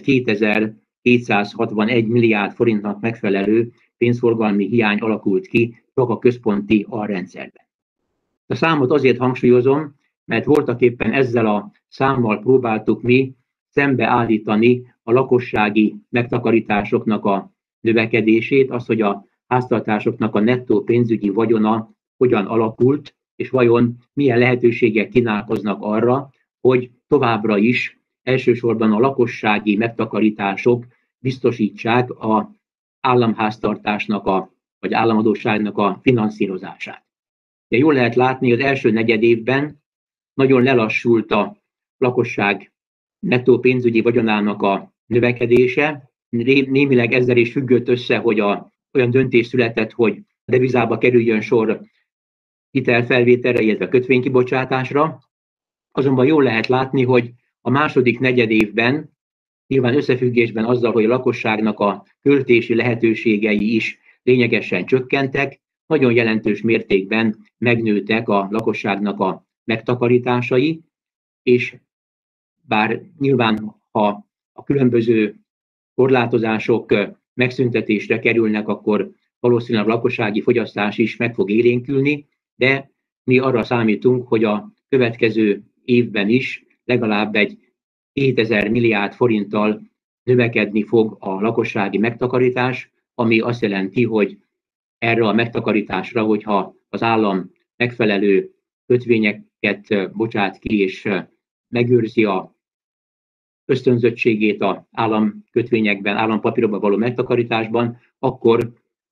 2261 milliárd forintnak megfelelő pénzforgalmi hiány alakult ki csak a központi alrendszerben. A számot azért hangsúlyozom, mert voltaképpen ezzel a számmal próbáltuk mi szembeállítani a lakossági megtakarításoknak a növekedését, az, hogy a háztartásoknak a nettó pénzügyi vagyona hogyan alakult, és vajon milyen lehetőségek kínálkoznak arra, hogy továbbra is elsősorban a lakossági megtakarítások biztosítsák az államháztartásnak vagy államadósságnak a finanszírozását. De jól lehet látni, hogy az első negyedévben nagyon lelassult a lakosság nettó pénzügyi vagyonának a növekedése. Némileg ezzel is függött össze, hogy olyan döntés született, hogy devizába kerüljön sor hitelfelvételre, illetve kötvénykibocsátásra. Azonban jól lehet látni, hogy a második negyedévben, nyilván összefüggésben azzal, hogy a lakosságnak a költési lehetőségei is lényegesen csökkentek, nagyon jelentős mértékben megnőttek a lakosságnak a megtakarításai, és bár nyilván, ha a különböző korlátozások megszüntetésre kerülnek, akkor valószínűleg a lakossági fogyasztás is meg fog élénkülni, de mi arra számítunk, hogy a következő évben is legalább egy 2000 milliárd forinttal növekedni fog a lakossági megtakarítás, ami azt jelenti, hogy erre a megtakarításra, hogyha az állam megfelelő kötvényeket bocsát ki, és megőrzi a ösztönzöttségét az államkötvényekben, állampapírokban való megtakarításban, akkor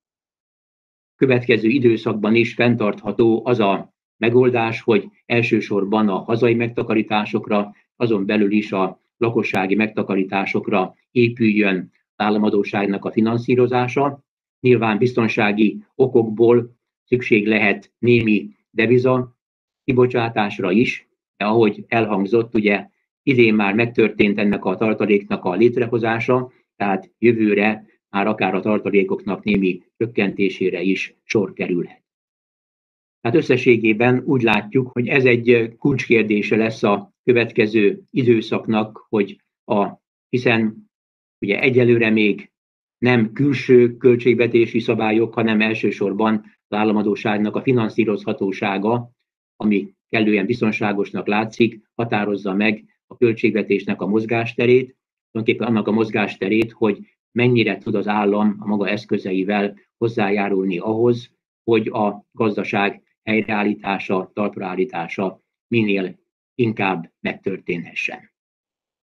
következő időszakban is fenntartható az a megoldás, hogy elsősorban a hazai megtakarításokra, azon belül is a lakossági megtakarításokra épüljön az államadósságnak a finanszírozása. Nyilván biztonsági okokból szükség lehet némi deviza kibocsátásra is, de ahogy elhangzott, ugye idén már megtörtént ennek a tartaléknak a létrehozása, tehát jövőre már akár a tartalékoknak némi csökkentésére is sor kerülhet. Tehát összességében úgy látjuk, hogy ez egy kulcskérdése lesz a következő időszaknak, hogy hiszen ugye egyelőre még nem külső költségvetési szabályok, hanem elsősorban az államadósságnak a finanszírozhatósága, ami kellően biztonságosnak látszik, határozza meg a költségvetésnek a mozgásterét, tulajdonképpen annak a mozgásterét, hogy mennyire tud az állam a maga eszközeivel hozzájárulni ahhoz, hogy a gazdaság helyreállítása, talpraállítása minél inkább megtörténhessen.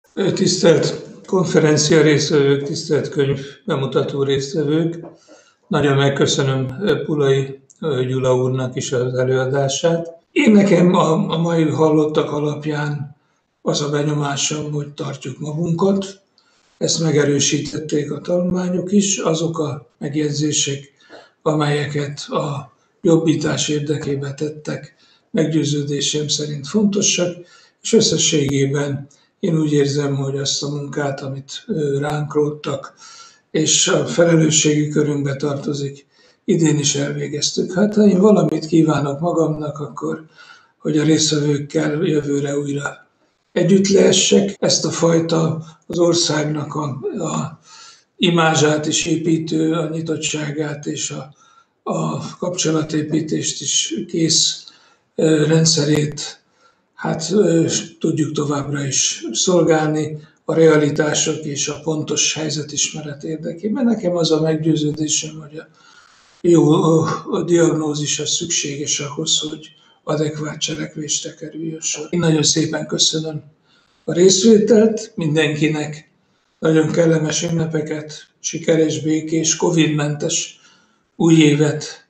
Tisztelt konferencia résztvevők, tisztelt könyv bemutató résztvevők! Nagyon megköszönöm Pulai Gyula úrnak is az előadását. Én nekem a mai hallottak alapján az a benyomásom, hogy tartjuk magunkat. Ezt megerősítették a tanulmányok is, azok a megjegyzések, amelyeket a jobbítás érdekében tettek, meggyőződésem szerint fontosak, és összességében én úgy érzem, hogy azt a munkát, amit ránk róttak, és a felelősségi körünkbe tartozik, idén is elvégeztük. Hát ha én valamit kívánok magamnak, akkor hogy a résztvevőkkel jövőre újra együtt lehessek, ezt a fajta az országnak a imázsát is építő, a nyitottságát és a kapcsolatépítést is kész rendszerét, hát tudjuk továbbra is szolgálni a realitások és a pontos helyzetismeret érdekében. Nekem az a meggyőződésem, hogy a diagnózis az szükséges ahhoz, hogy adekvát cselekvésre kerüljön sor. Én nagyon szépen köszönöm a részvételt, mindenkinek nagyon kellemes ünnepeket, sikeres, békés, Covid-mentes új évet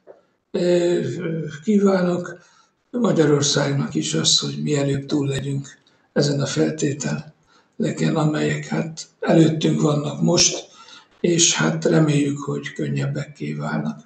kívánok. Magyarországnak is az, hogy mielőbb túl legyünk ezen a feltételeken, amelyek hát előttünk vannak most, és hát reméljük, hogy könnyebbekké válnak.